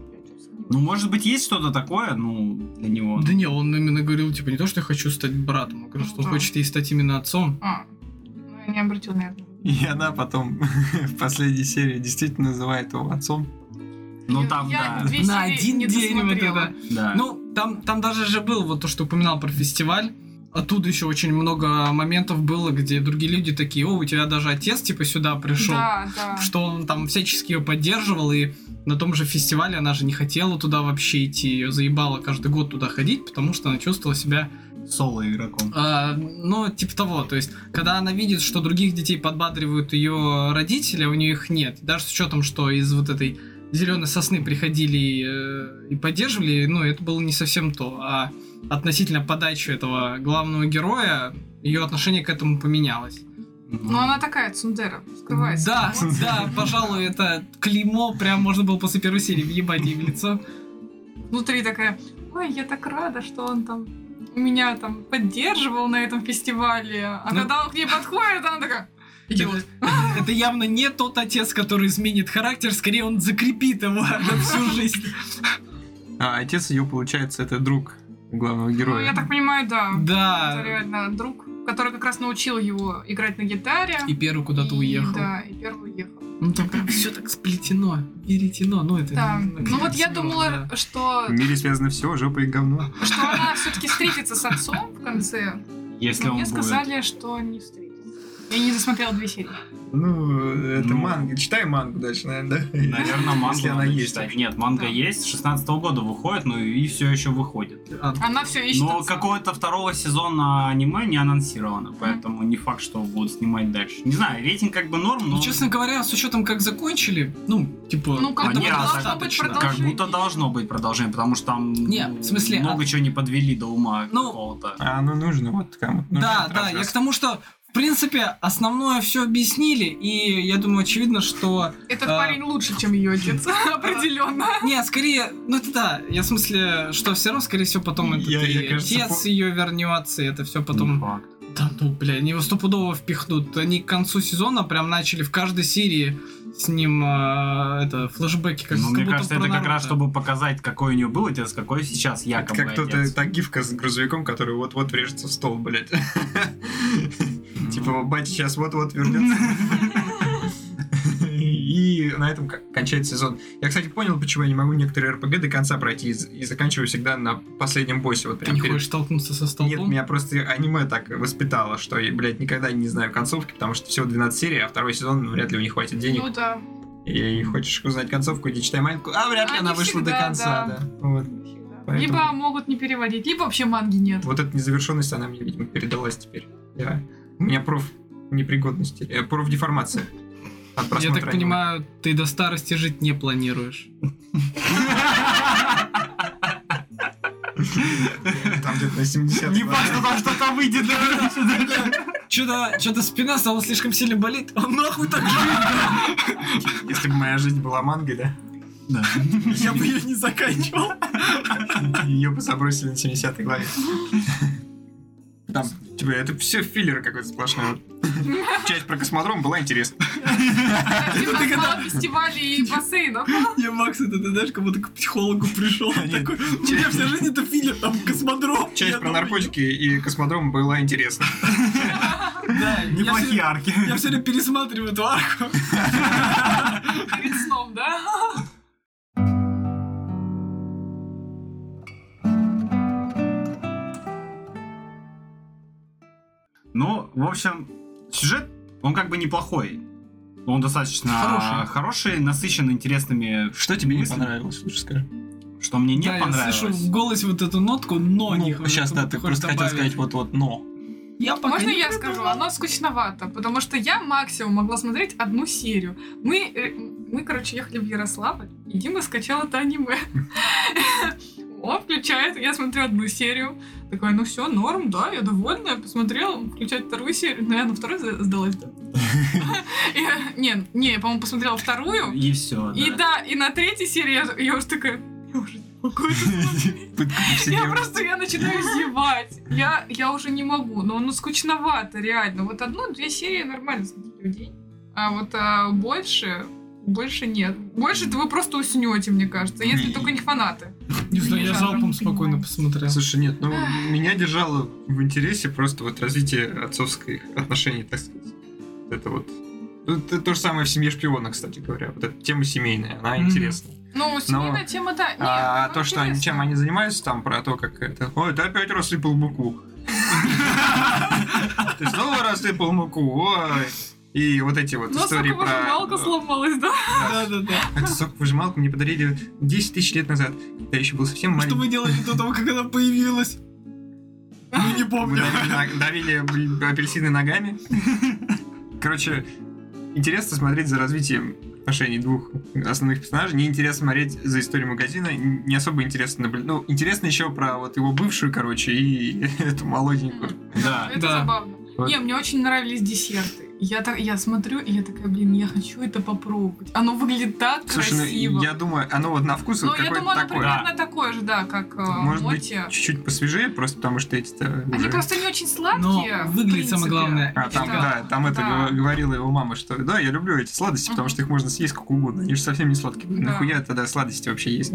Ну, может быть, есть что-то такое, ну, для него. Да не, он именно говорил, типа, не то, что я хочу стать братом, он говорил, что он Да. хочет ей стать именно отцом. Ну, я не обратил, наверное. И она потом в последней серии действительно называет его отцом. Ну, там, Я да. две На серии один не день вот досмотрела. это. Да. Ну, там даже же был вот то, что упоминал про фестиваль. Оттуда еще очень много моментов было, где другие люди такие, о, у тебя даже отец типа сюда пришел. Да. Что он там всячески ее поддерживал, и на том же фестивале она же не хотела туда вообще идти, ее заебало каждый год туда ходить, потому что она чувствовала себя, Соло-игроком. ну, типа того, то есть, когда она видит, что других детей подбадривают ее родители, а у нее их нет, даже с учетом, что из вот этой зеленой сосны приходили и поддерживали, ну, это было не совсем то, а относительно подачи этого главного героя, ее отношение к этому поменялось. Но она такая цундера, скрывается. Да, да, пожалуй, это клеймо прям можно было после первой серии въебать ей в лицо. Внутри такая, ой, я так рада, что он там меня там поддерживал на этом фестивале. А Ну, когда он к ней подходит, она такая, идиот. Это явно не тот отец, который изменит характер, скорее он закрепит его на всю жизнь. А отец ее, получается, это друг главного Ну, героя. я так понимаю, да. Это Да. реально друг, который как раз научил его играть на гитаре. И первый куда-то уехал. Да, и первый уехал. Ну там прям все так сплетено, перетено, ну это... Да. Ну вот я смело, думала, да. что В мире связано все, жопа и говно. она все-таки встретится с отцом в конце. Если Но он мне будет... сказали, что не встретится. Я не досмотрела 2 серии. Ну, это Ну. манга. Читай мангу дальше, наверное, да? Наверное, мангу Если она надо есть. читать. Нет, манга Да. есть, с 16-го года выходит, ну и все еще выходит. Она все ищет Но отца. какого-то второго сезона аниме не анонсировано, поэтому не факт, что будут снимать дальше. Не знаю, рейтинг как бы норм, но Ну, честно говоря, с учетом как закончили, ну, типа... Ну, как будто этого должно быть достаточно. продолжение. как будто должно быть продолжение, потому что там Не, в смысле, много чего не подвели до ума Ну, какого-то. А, ну нужно вот кому-то. Да, да, я к тому, что, в принципе, основное все объяснили, и я думаю, очевидно, что... Этот А. парень лучше, чем ее отец, определенно. Не, скорее, ну это да, я в смысле, что все равно, скорее всего, потом этот Я, и кажется, отец ее вернется, и это все Не потом... факт. Да, ну, бля, они его стопудово впихнут. Они к концу сезона прям начали в каждой серии с ним флешбеки, как, Ну, как мне будто кажется, про это как раз, Наруто. чтобы показать, какой у нее был отец, какой сейчас Это якобы как тот, отец. та гифка с грузовиком, который вот-вот врежется в стол, блядь. Типа, батя сейчас вот-вот вернется. И на этом кончается сезон. Я, кстати, понял, почему я не могу некоторые РПГ до конца пройти и заканчиваю всегда на последнем боссе. Вот Ты прям не перед- хочешь столкнуться со столбом? Нет, меня просто аниме так воспитало, что я, блядь, никогда не знаю концовки, потому что всего 12 серий, а второй сезон вряд ли у них хватит денег. Ну да. и хочешь узнать концовку, иди читай мангу, а вряд ли Они она вышла до всегда, конца, да. да. Вот. Поэтому- Либо могут не переводить, либо вообще манги нет. Вот эта незавершенность, она мне, видимо, передалась теперь. У меня профнепригодность, профдеформация. От Я просмотра так аниме. понимаю, ты до старости жить не планируешь. Там где-то на 70 Не факт, что там что-то выйдет. Что-то спина стала слишком сильно болеть. А нахуй так жить? Если бы моя жизнь была мангой, да? Да. Я бы ее не заканчивал. Ее бы забросили на 70-й главе. Там, типа, это все филлеры какой-то сплошной. Вот. Часть про космодром была интересна. Типа мало фестивалей и бассейнов. Я, Макс, это ты знаешь, как будто к психологу пришел. Нет, Такой, у меня вся жизнь это филлер, там космодром. Часть Я про думаю, наркотики и космодром была интересна. Да, Неплохие арки. я все время пересматриваю эту арку. Перед сном, да? Ну, в общем, сюжет, он как бы неплохой. Он достаточно хороший, насыщен интересными Что тебе не мыслями. понравилось, лучше скажи. Что мне не Да, я понравилось. слышу в голосе вот эту нотку, но не хватает. Сейчас, да, ты просто хотел сказать вот но. Я пока Можно не я придумал. скажу? Оно скучновато, потому что я максимум могла смотреть одну серию. Мы, короче, ехали в Ярославль, и Дима скачал это аниме. Он включает, я смотрю одну серию, такая, ну все, норм, да, я довольна, я посмотрела, он включает вторую серию, но я на второй сдалась, да. Не, я, по-моему, посмотрела вторую, И все. и да, и на третьей серии я уже такая, я уже не могу это смотреть. Я начинаю зевать. Я уже не могу, но оно скучновато, реально. Вот одну-две серии нормально смотрели в день. А вот больше нет. Больше вы просто уснете, мне кажется, если только не фанаты. Не знаю, я Жанр, залпом не спокойно понимаю. посмотрел. Слушай, нет, ну меня держало в интересе просто вот развитие отцовских отношений, так сказать. Это вот. Это то же самое в «Семье шпиона», кстати говоря. Вот эта тема семейная, она Мгм. интересна. Ну, семейная тема, да. А Нет, то, что они, чем они занимаются, там про то, как это. Ой, ты опять рассыпал муку. Ты снова рассыпал муку, ой. И вот эти вот Ну, истории про... соковыжималка сломалась, да? Да. Эту соковыжималку мне подарили 10 тысяч лет назад. Я еще был совсем Что маленький. вы делали до того, как она появилась? Ну, не Мы помню. давили апельсины ногами. Короче, интересно смотреть за развитием отношений двух основных персонажей. Не интересно смотреть за историей магазина. Не особо интересно наблюдать. Ну, интересно еще про вот его бывшую, короче, и эту молоденькую. Да. Это Да. забавно. Вот. Не, мне очень нравились десерты. Я смотрю, и я такая, блин, я хочу это попробовать. Оно выглядит так Слушай, красиво. ну, я думаю, оно вот на вкус Ну, вот я какое-то думаю, оно такое. примерно такое же, да, как Может быть, Моти. чуть-чуть посвежее, просто потому что эти-то Они уже... просто не очень Но сладкие. в выглядит самое принципе. главное. А, там, Да. да, там это Да. говорила его мама, что да, я люблю эти сладости, потому Мгм. что их можно съесть как угодно. Они же совсем не сладкие. Да. Нахуя тогда сладости вообще есть?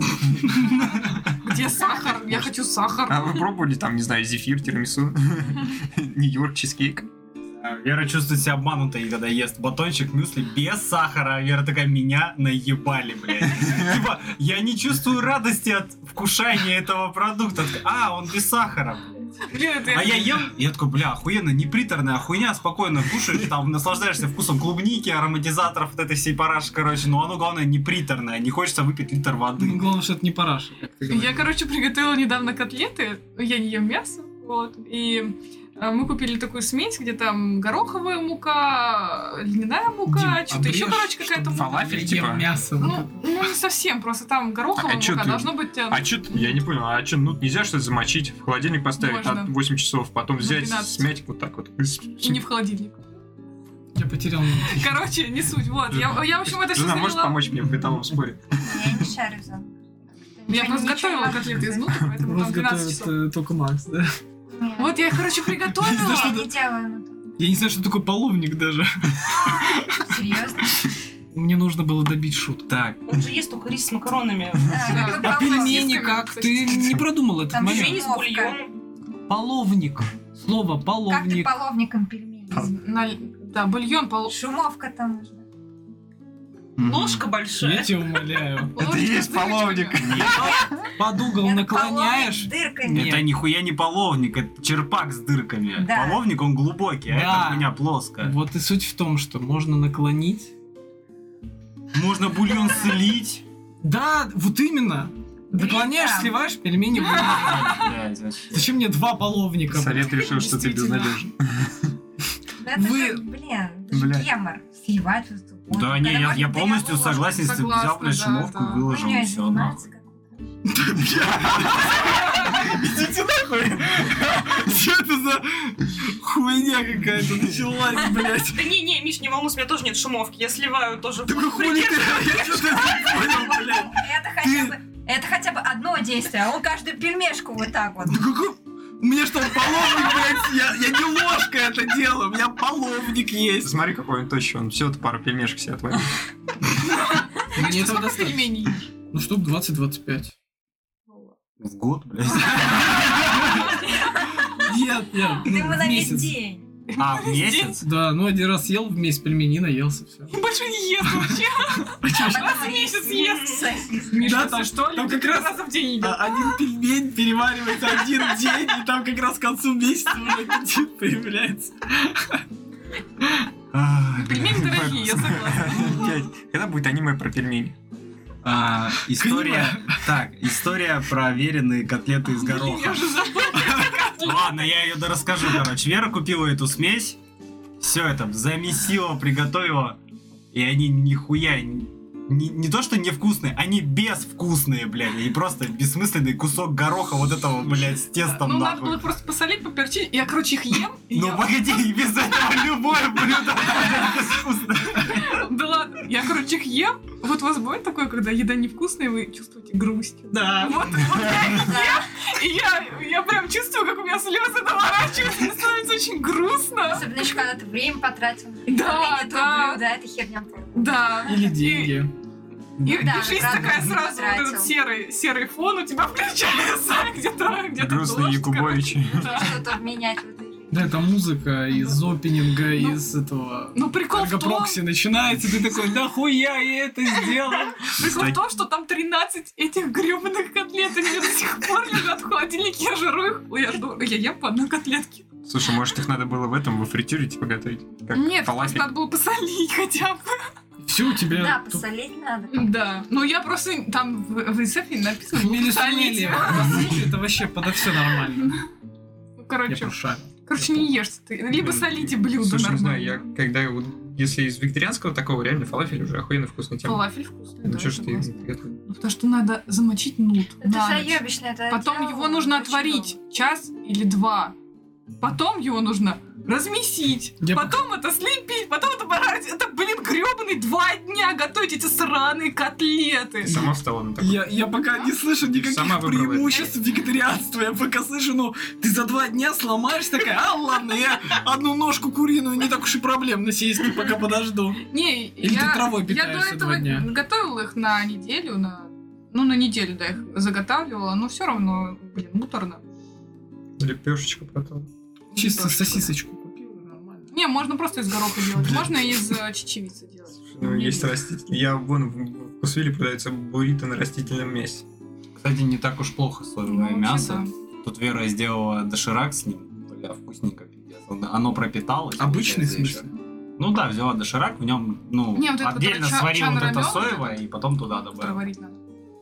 Где сахар? Я хочу сахар. А вы пробовали там, не знаю, зефир, тирамису, Нью-Йорк, чизкейк? Вера чувствует себя обманутой, когда ест батончик мюсли без сахара. Вера такая, меня наебали, блядь. Типа, я не чувствую радости от вкушания этого продукта. А, он без сахара, блядь. Блин, это А я ем, и я такой, бля, охуенно, неприторная хуйня, спокойно кушаешь, там наслаждаешься вкусом клубники, ароматизаторов, вот этой всей параши, короче. Но оно, главное, неприторное, не хочется выпить литр Ну, воды. главное, что это не параша, как ты говоришь. Я, короче, приготовила недавно котлеты. Я не ем мясо. Вот. И мы купили такую смесь, где там гороховая мука, льняная мука, Дим, что-то еще, обрежь, короче, какая-то чтобы мука. фалафель, ем типа? мясо. Ну, не совсем, просто там гороховая А чё мука, ты- должно быть... А чё, я не понял, а чё, ну нельзя что-то замочить, в холодильник поставить Можно. на 8 часов, потом На взять, 12. смять вот так вот. И не в холодильник. Я потерял нить. Короче, не суть, вот. Я, в общем, это все Жена может помочь мне в бытовом споре? Я не шарю за. Я просто Ничего готовила не котлеты из нутры, поэтому Вас там 12 готовит часов. только Макс, да? Нет. Вот я их, короче, приготовила. Я не делаю, ну, Я не знаю, что такое половник даже. серьезно. Мне нужно было добить шут. Так, Он же есть только рис с макаронами. Да, Да. какой А пельмени сосисками, как? Ты сосисками. не продумал этот Там момент. Пельмени с Шумовка. бульоном. Половник. Слово Как ты половник. половником пельменей? Да, бульон Шумовка там нужна. Ложка Я большая. тебя умоляю. Это и есть половник. Под угол Это наклоняешь. половник с дырками. Нет. это нихуя не половник, это черпак с дырками. Да. Половник, он глубокий, а Да. эта хуйня плоская. Вот и суть в том, что можно наклонить, Можно бульон слить. Да, вот именно. Наклоняешь, Блин. сливаешь пельмени. Блядь, вообще. Зачем мне 2 половника? Совет решил, что ты Действительно. безнадежен. Это Вы- же, блин, это же Блядь. гемор. Сливать вот эту воду. Да, не, Когда я можно полностью переложить. согласен, если бы взял, Согласна, блядь, да, шумовку да. и выложил, Хуйнёй и все, заниматься нахуй. Идите нахуй. Что это за хуйня какая-то началась, блядь? Да не, Миш, не волнуйся, у меня тоже нет шумовки. Я сливаю тоже в Такой хули ты, я что-то не понял, блядь. Это хотя бы одно действие, а он каждую пельмешку вот так вот. Да какой... У меня что, половник, блядь? Я не ложкой это делаю, у меня половник есть. Смотри, какой он тощий, он всего-то пару пельмешек себе отвалил. Мне этого Сколько достаточно. пельменей ешь? Ну, штук 20-25. В год, блядь. Нет, Ты ну, ему в на весь месяц. день. А, в месяц? Да, ну один раз съел в месяц пельмени, наелся, все. Больше не ест вообще. Раз в месяц ест. съест. Миша, Да, ты там- что ли? там как Три раз- раза в день едят. Один пельмень переваривается один день, и там как раз к концу месяца уже аппетит появляется. Пельмени дорогие, я согласна. Блядь, когда будет аниме про пельмени? История... Так, история про веренные котлеты из Я гороха. уже забыла. Ладно, я ее расскажу, короче. Вера купила эту смесь, все это замесила, приготовила, и они нихуя не то, что невкусные, они безвкусные, блядь, и просто бессмысленный кусок гороха вот этого, блядь, с тестом, Ну, надо было нахуй. просто посолить, поперчить. Я, короче, их ем. и Ну я- погоди, и без этого любое блюдо безвкусное. Да ладно, я, короче, их ем. Вот у вас бывает такое, когда еда невкусная, и вы чувствуете грусть? Да. Вот я их ем, и я прям чувствую, как у меня слезы наворачиваются, мне становится очень грустно. Особенно еще когда ты время потратил. Да, Приготовление да. блюда, это херня полная. Да. Или деньги. И Да, жизнь правда, такая не сразу, вот потратил. этот серый фон у тебя включается, где-то Грустные дождь, Якубовичи. короче. Да. Что-то менять в этой жизни. Да, это музыка из опенинга, Ну, из этого... Ну, прикол в том, Прокси начинается, ты такой, да хуя я это сделал. в том, что там 13 этих гребаных котлет, они до сих пор лежат в холодильнике, я жру их. Ой, я ем по одной котлетке. Слушай, может их надо было в этом, во фритюре типа готовить? Как Нет, просто фалафель? надо было посолить хотя бы. Все у Да, тебя... тут посолить надо. Да, ну я просто, там в рецепте написано, не хмели посолить. сумели. Посолить, это вообще подо все нормально. Ну, Я короче, пошарил. не ешьте ты. Либо солите блюдо Слушай, не знаю, нормально. я когда вот, если из вегетарианского такого, реально фалафель уже охуенно вкусная тема. Фалафель вкусный, Ну да, что ж ты согласна. не приготовил? Ну, потому что надо замочить нут Это на ночь. заебищно, это Потом дело его нужно очень отварить долго. час или два. Потом его нужно размесить. Я Потом это слепить. Потом это пожарить. Это, блин, гребаный 2 дня готовить эти сраные котлеты. Ты сама встала на такой. Я пока не слышу никаких Сама выбрала преимуществ вегетарианства. Я пока слышу, ну, ты за 2 дня сломаешь такая, ладно, я одну ножку куриную не так уж и проблемно съесть, пока подожду. Не, Или ты травой я питаешься до 2 этого дня? готовила их на неделю, ну, на неделю, да, их заготавливала, но все равно, блин, муторно. Лепешечка потом. Чисто Лепешку. сосисочку купил, нормально. Не, можно просто из гороха делать, можно из чечевицы делать. Ну, Не есть люблю. растительные. Я вон в Вкусвилле продается буррито на растительном мясе. Кстати, не так уж плохо соевое Ну, вообще, мясо. да. Тут Вера сделала доширак с ним. Бля, вкусненько, пиздец. Оно пропиталось. Обычный, в получается, смысле? еще. Ну да, взяла доширак, в нем, ну, Не, вот это вот отдельно ча- сварила вот это чанрамён, соевое, вот это. и потом туда Быстро добавила. варить надо.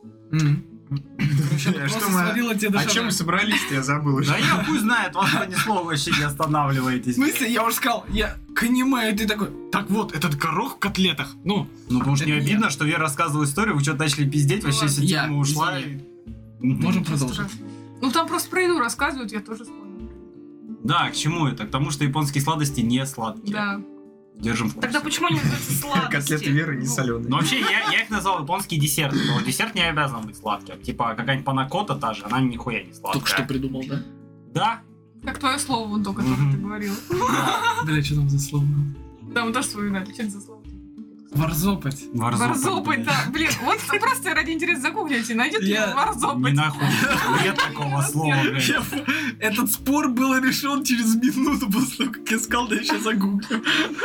Короче, А что просто мы- сварила тебе О доширак. чем мы собрались-то? Я забыл уже. Да я хуй знает, вас понесло, вообще не останавливаетесь. В смысле, я уже сказал, я к аниме, и ты такой, так вот, этот горох в котлетах, ну, Ну потому что не Это не обидно, что Вера рассказывала историю, вы что-то начали пиздеть, Ну вообще ладно. вся Я, тема ушла. извини. и- можем Ничего продолжить. страшного. Ну, там просто про еду рассказывают, я тоже вспомнила. Да, к чему это? К тому, что японские сладости не сладкие. Да. Держим в курсе. Тогда почему они называются сладости? Котлеты Веры не Ну, соленые. вообще, я их назвал японский десерт, потому что десерт не обязан быть сладким. Типа, какая-нибудь панакота та же, она нихуя не сладкая. Только что придумал, да? Да. Как твое слово, вон то, которое Мгм. ты говорил. Бля, что там за слово? Да, мы тоже вспоминали, что это за слово. Варзопать. Варзопать, да. Блин, вот просто ради интереса загуглите, найдете Я- Не варзопать. нахуй. Нет такого слова, блядь. Этот спор был решен через минуту после того, как я сказал, да я сейчас загуглю.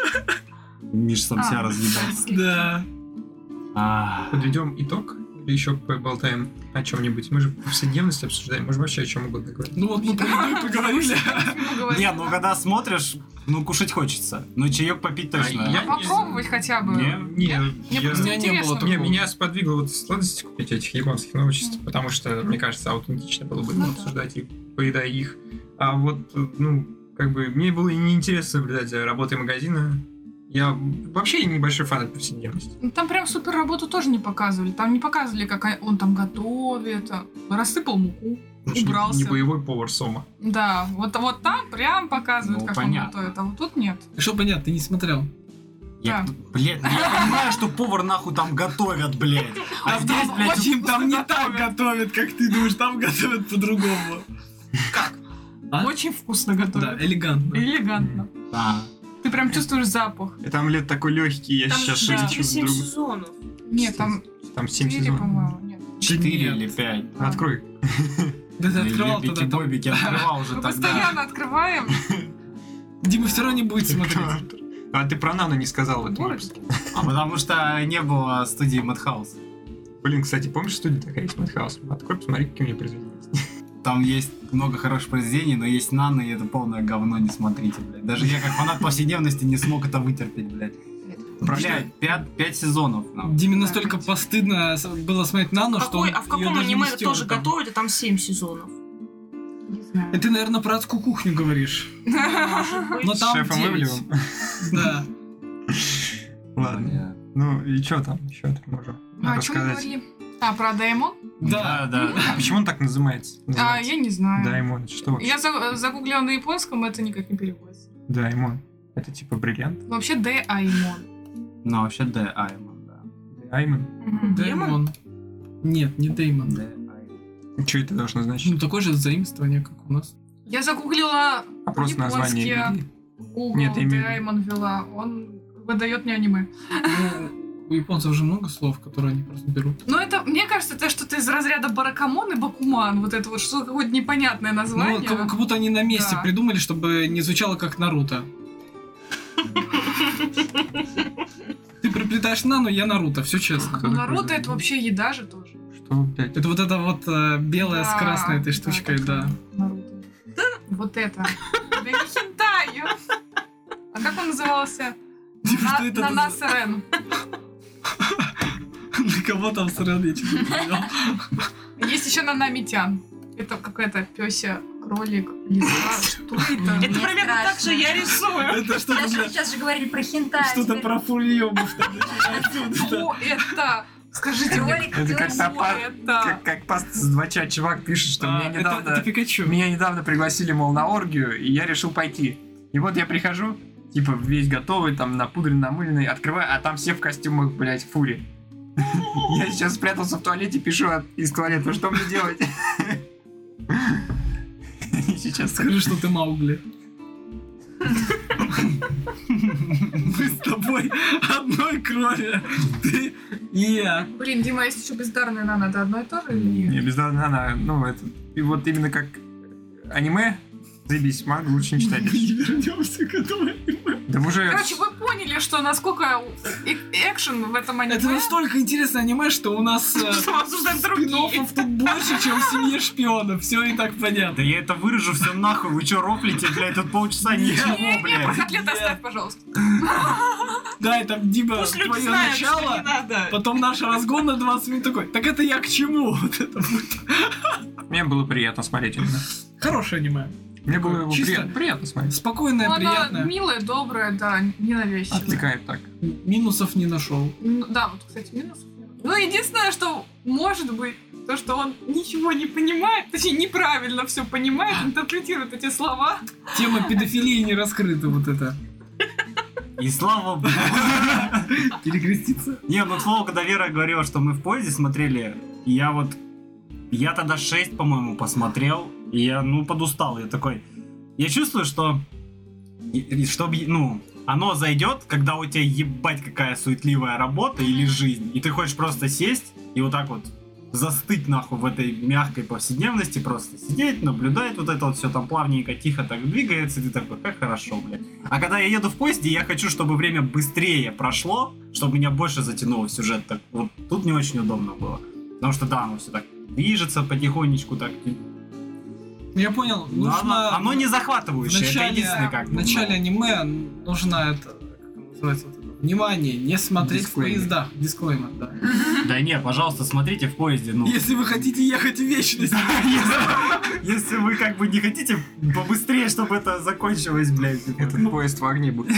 Миш сам себя разъебал. Да. Подведем итог или еще поболтаем о чем-нибудь? Мы же повседневность обсуждаем, можем вообще о чем угодно говорить. Ну вот мы про еду и поговорили. Не, ну когда смотришь Ну, кушать хочется. Но чаек попить точно. я Попробовать хотя бы. Не? Мне просто меня не было интересно. такого. Меня сподвигло вот сладости купить этих японских новочеств, потому что, мне кажется, аутентично было бы обсуждать их, поедая их. А вот, ну, как бы, мне было неинтересно наблюдать за работой магазина. Я вообще небольшой фанат повседневности. Ну, там прям супер работу тоже не показывали. Там не показывали, как он там готовит, рассыпал муку, убрался. Не боевой повар Сома. Да, вот там прям показывают, Ну, как понятно. он готовит, а вот тут нет. Что понятно, ты не смотрел. Я, блядь, ну я понимаю, что повар нахуй там готовят, блядь. А здесь, блядь, Очень там не так готовят, как ты думаешь, там готовят по-другому. А? Очень вкусно Да, готовят. элегантно. Элегантно. А, Ты прям чувствуешь запах. Это омлет такой легкий, я Там сейчас же шепчу 7 другу. сезонов. Нет, там Там 7 4, сезонов. по-моему, нет. 4 Нет. или 5. Открой. Да ты открывал Любики, тогда. бобики открывал уже Мы тогда. постоянно открываем. Дима все равно не будет смотреть. А ты про Нану не сказал в этом Дурак. выпуске. А потому что не было студии Madhouse. Блин, кстати, помнишь студия такая есть Madhouse? Открой, посмотри, какие у меня произведения есть. Там есть много хороших произведений, но есть Нана, и это полное говно, не смотрите, блядь. Даже я, как фанат повседневности, не смог это вытерпеть, блядь. Блядь, 5 сезонов. ну. Диме настолько постыдно было смотреть Нану, что Какой, он а в её каком даже не аниме стёр тоже там. готовят, и там 7 сезонов? Не знаю. Это ты, наверное, про адскую кухню говоришь. Может быть. Но С там шефом 9. Ивлевым. Да. Ладно. Ну и что там еще можем А о чем мы рассказать? говорили? А, про Даймон? Да. Да. А почему он так называется? Я не знаю. Даймон. Что вообще? Я загуглила на японском, это никак не переводится. Даймон. Это типа бриллиант? Вообще Даймон. Ну, вообще Д. Аймон, да. Даймон? Дэймон. Нет, не Дэймон. Д. Аймон. Что это должно значить? Ну, такое же заимствование, как у нас. Я загуглила А просто название японский Библии. Google Нет, я имею в виду- Даймон ввела. Он выдает мне аниме. Ну, у японцев же много слов, которые они просто берут. Но это, мне кажется, это что-то из разряда Баракамон и Бакуман. Вот это вот что какое-то непонятное Ну, название. как будто они на месте Да. придумали, чтобы не звучало как Наруто. Ты приплетаешь Нану, я Наруто, все честно. Ну, Наруто это вообще еда же тоже. Что опять? Это вот эта вот белая с Да, красной этой да, штучкой, такая да. Наруто. Вот это. Да не хентай. А как он назывался? Что это за- Нанасерен. На кого там сран, я честно не понял. Есть еще Нанамитян. Это какая-то пёся, кролик, лиса. Что это? Это Мне примерно так страшно. же я рисую. Это что-то, бля, Сейчас же говорили про хентай. что-то про фульёбов там начинается. Что это? Скажите мне, Кролик, Это как пёс. что это? Как паста с 2 чат чувак пишет, что А, меня это недавно... Пикачу. Меня недавно пригласили, мол, на оргию, и я решил пойти. И вот я прихожу, типа, весь готовый, там, напудренный, намыленный, открываю, а там все в костюмах, блядь, фури. Я сейчас спрятался в туалете, пишу из туалета, что мне делать? И сейчас... Скажи, что ты Маугли. Мы с тобой одной крови. Ты и я. Блин, Дима, есть еще бездарная Нана, это одно и то же или нет? Не, бездарно, она, ну, это... И вот именно как аниме, заебись, мангу лучше не читать. Не вернемся к этому. Да мы уже... Короче, вы поняли, что насколько экшен в этом аниме. Это настолько интересное аниме, что у нас Что мы обсуждаем другие. спин-оффов тут больше, чем в «Семье шпионов». Все и так понятно. Да я это вырежу все нахуй, вы чё рофлите, блядь, тут полчаса ничего, Не, про блядь. котлеты оставь, пожалуйста. Да, и там, Дима, Пусть люди твое знают, что начало, не надо. потом наш разгон на 20 минут такой. Так это я к чему? Вот это вот. Мне было приятно смотреть именно. Хорошее аниме. Мне было его Чисто- приятно смотреть. Спокойное, Ну, она приятное. милая, добрая, да, ненавязчивая. Отвлекает так. Минусов не нашел. Ну, да, вот, кстати, минусов нет. Ну, единственное, что может быть, то, что он ничего не понимает, точнее, неправильно все понимает, интерпретирует эти слова. Тема педофилии не раскрыта, вот это. И слава богу. Перекреститься. Не, ну к слову, когда Вера говорила, что мы в поезде смотрели, я тогда 6, по-моему, посмотрел, и я, подустал. Я такой, я чувствую, что, оно зайдет, когда у тебя ебать какая суетливая работа или жизнь, и ты хочешь просто сесть и вот так вот застыть нахуй в этой мягкой повседневности, просто сидеть, наблюдать вот это вот все там плавненько, тихо так двигается, и ты такой, как хорошо, блядь. А когда я еду в поезде, я хочу, чтобы время быстрее прошло, чтобы меня больше затянуло в сюжет. Так вот тут не очень удобно было. Потому что да, оно все так движется потихонечку, так Я понял, Но нужно... оно не захватывающее, это единственное как в бы. начале аниме нужно это, как это называется, вот это, внимание, не смотреть Дисклеймер. в поездах. Дисклеймер, да. Да не, пожалуйста, смотрите в поезде, ну. Если вы хотите ехать в вечность. Если вы как бы не хотите побыстрее, чтобы это закончилось, блядь. типа. Этот поезд в огне будет.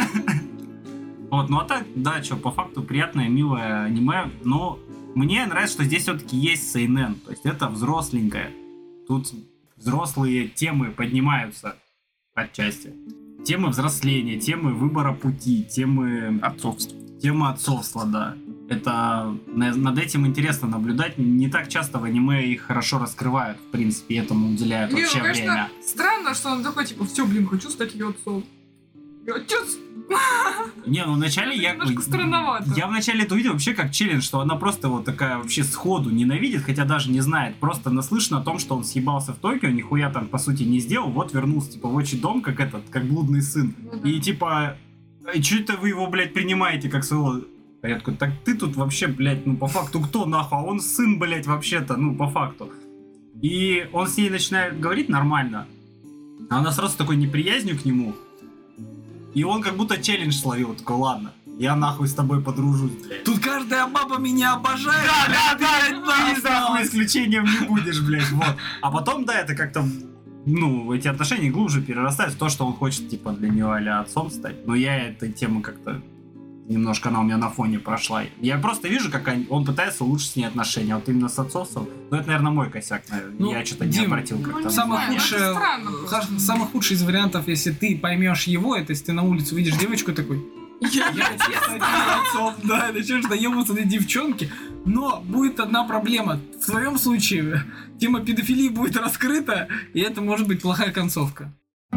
Вот, ну а так, да, что, по факту приятное, милое аниме, но мне нравится, что здесь все-таки есть сейнэн, то есть это взросленькое. Тут взрослые темы поднимаются отчасти. Темы взросления, темы выбора пути, темы Отцовство. тема отцовства, да. Это над этим интересно наблюдать. Не так часто в аниме их хорошо раскрывают, в принципе, этому уделяют Не, вообще ну, конечно, время. странно, что он такой, типа, все, блин, хочу стать ее отцом. Я отец! Не, ну вначале Это я... немножко странновато. Я вначале это увидел вообще как челлендж, что она просто вот такая вообще сходу ненавидит, хотя даже не знает. Просто наслышана о том, что он съебался в Токио, нихуя там по сути не сделал, вот вернулся типа в отчий дом, как этот, как блудный сын. Ну да. И типа, что это вы его, блядь, принимаете как своего... А я такой, так ты тут вообще, блядь, ну по факту кто нахуй? А он сын, блядь, вообще-то, ну по факту. И он с ней начинает говорить нормально, а она сразу с такой неприязнью к нему. И он как будто челлендж словил, такой, ладно, я нахуй с тобой подружусь, блядь. Тут каждая баба меня обожает. Ты нахуй исключением не будешь, блядь, вот. А потом, да, это как-то, ну, эти отношения глубже перерастают в то, что он хочет, типа, для нее а-ля отцом стать. Но я этой темы как-то немножко она у меня на фоне прошла. Я просто вижу, как он пытается улучшить с ней отношения, а вот именно с отцовством. Ну, это, наверное, мой косяк, наверное. Ну, Я что-то не Дим, обратил как-то. не Самое знаю, худшее, это странно просто. самый худший из вариантов, если ты поймешь его, это если ты на улице увидишь девочку такой, я хочу стать ее отцом, да, начнешь доебываться до девчонки, но будет одна проблема. В твоем случае тема педофилии будет раскрыта, и это может быть плохая концовка.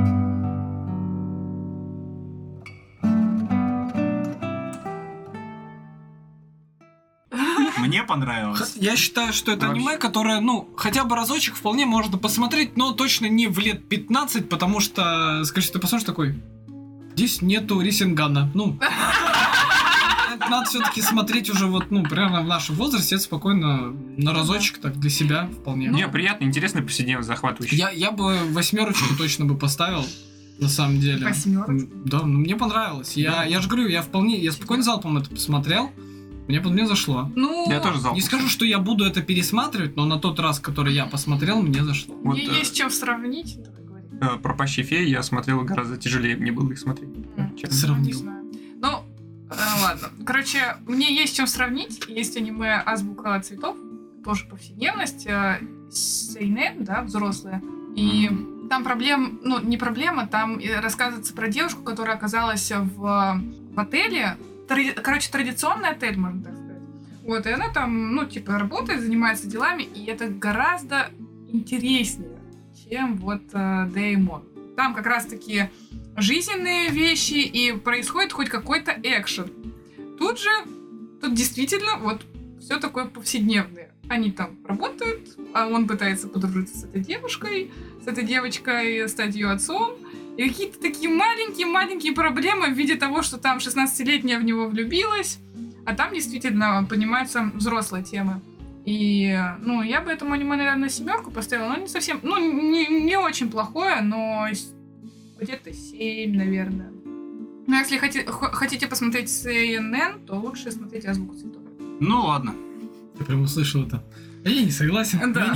Мне понравилось. Я считаю, что это аниме, которое, ну, хотя бы разочек вполне можно посмотреть, но точно не в лет 15, потому что, скажи, ты посмотришь такой, здесь нету Рисингана. Ну, это надо все-таки смотреть уже вот, ну, прямо в нашем возрасте, это спокойно на разочек так для себя вполне. Не, приятно, интересно, повседневно, захватывающе. Я бы 8 точно бы поставил, на самом деле. 8? Да, ну мне понравилось. Я же говорю, я спокойно залпом это посмотрел, мне зашло. Ну, Я тоже зал. Не скажу, что я буду это пересматривать, но на тот раз, который я посмотрел, мне зашло. Вот, мне есть чем сравнить. Давай говори. «Пропащие феи» я смотрел гораздо тяжелее, мне было их смотреть. честно. Сравнил. Не знаю. Ну, ладно. Короче, мне есть чем сравнить. Есть аниме «Азбука цветов», тоже повседневность, сейнэн, да, взрослые. И там проблем, ну, не проблема, там рассказывается про девушку, которая оказалась в отеле. Короче, традиционный отель, можно так сказать. Вот, и она там, ну, типа, работает, занимается делами, и это гораздо интереснее, чем вот Деймон. Там как раз-таки жизненные вещи, и происходит хоть какой-то экшен. Тут действительно вот все такое повседневное. Они там работают, а он пытается подружиться с этой девушкой, с этой девочкой, стать ее отцом. И какие-то такие маленькие-маленькие проблемы в виде того, что там 16-летняя в него влюбилась, а там действительно поднимаются взрослые темы. И, ну, я бы этому аниме, наверное, 7 поставила, но не совсем, ну, не очень плохое, но где-то 7, наверное. Но если хотите посмотреть CNN, то лучше смотрите «Азбуку цветов». Ну ладно. Я прям услышал это. А я не согласен. Да.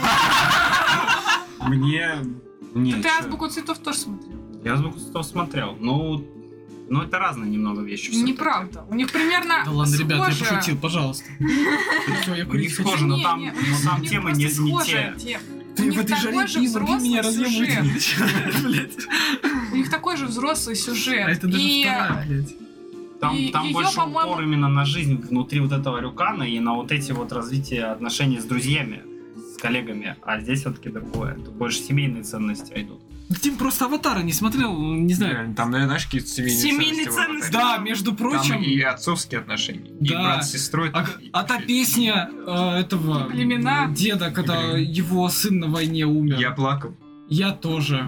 Мне... Не, Ты чё. «Азбуку цветов» тоже смотрел? Я «Азбуку цветов» смотрел. Ну, это разные немного вещи. всё-таки. Неправда. У них примерно Да ладно, ребят, я схожая- пошутил, пожалуйста. Всё, я У курить них хочу. схоже, но Не, там, не, но у там них темы просто не схожая те. тема. У Ты них в этой такой жаре же пизда, ты меня взрослый разъебывать сюжет. не начинаешь, блядь. У них такой же взрослый сюжет. А это даже И вторая, блядь. Там её, больше по-моему- упор именно на жизнь внутри вот этого рюкана и на вот эти вот развитие отношений с друзьями, с коллегами. А здесь все-таки другое. Тут больше семейные ценности идут. Тим просто «Аватара» не смотрел, не знаю. Реально, там, наверное, знаешь, какие-то Семейные ценности. ценности. Да, между Там прочим, и отцовские отношения, и Да. брат с сестрой. а та песня этого Племена. деда, когда Племена. его сын на войне умер. Я плакал. Я тоже.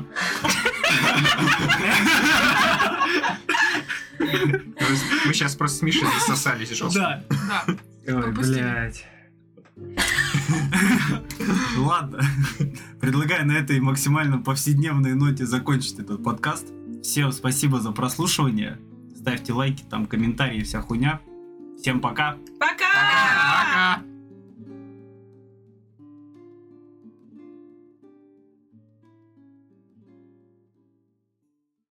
То есть мы сейчас просто с Мишей засосались жестко. Да. да. Ой, Пропустили. блядь. Ладно. Предлагаю на этой максимально повседневной ноте закончить этот подкаст. Всем спасибо за прослушивание. Ставьте лайки, там комментарии, вся хуйня. Всем пока. Пока!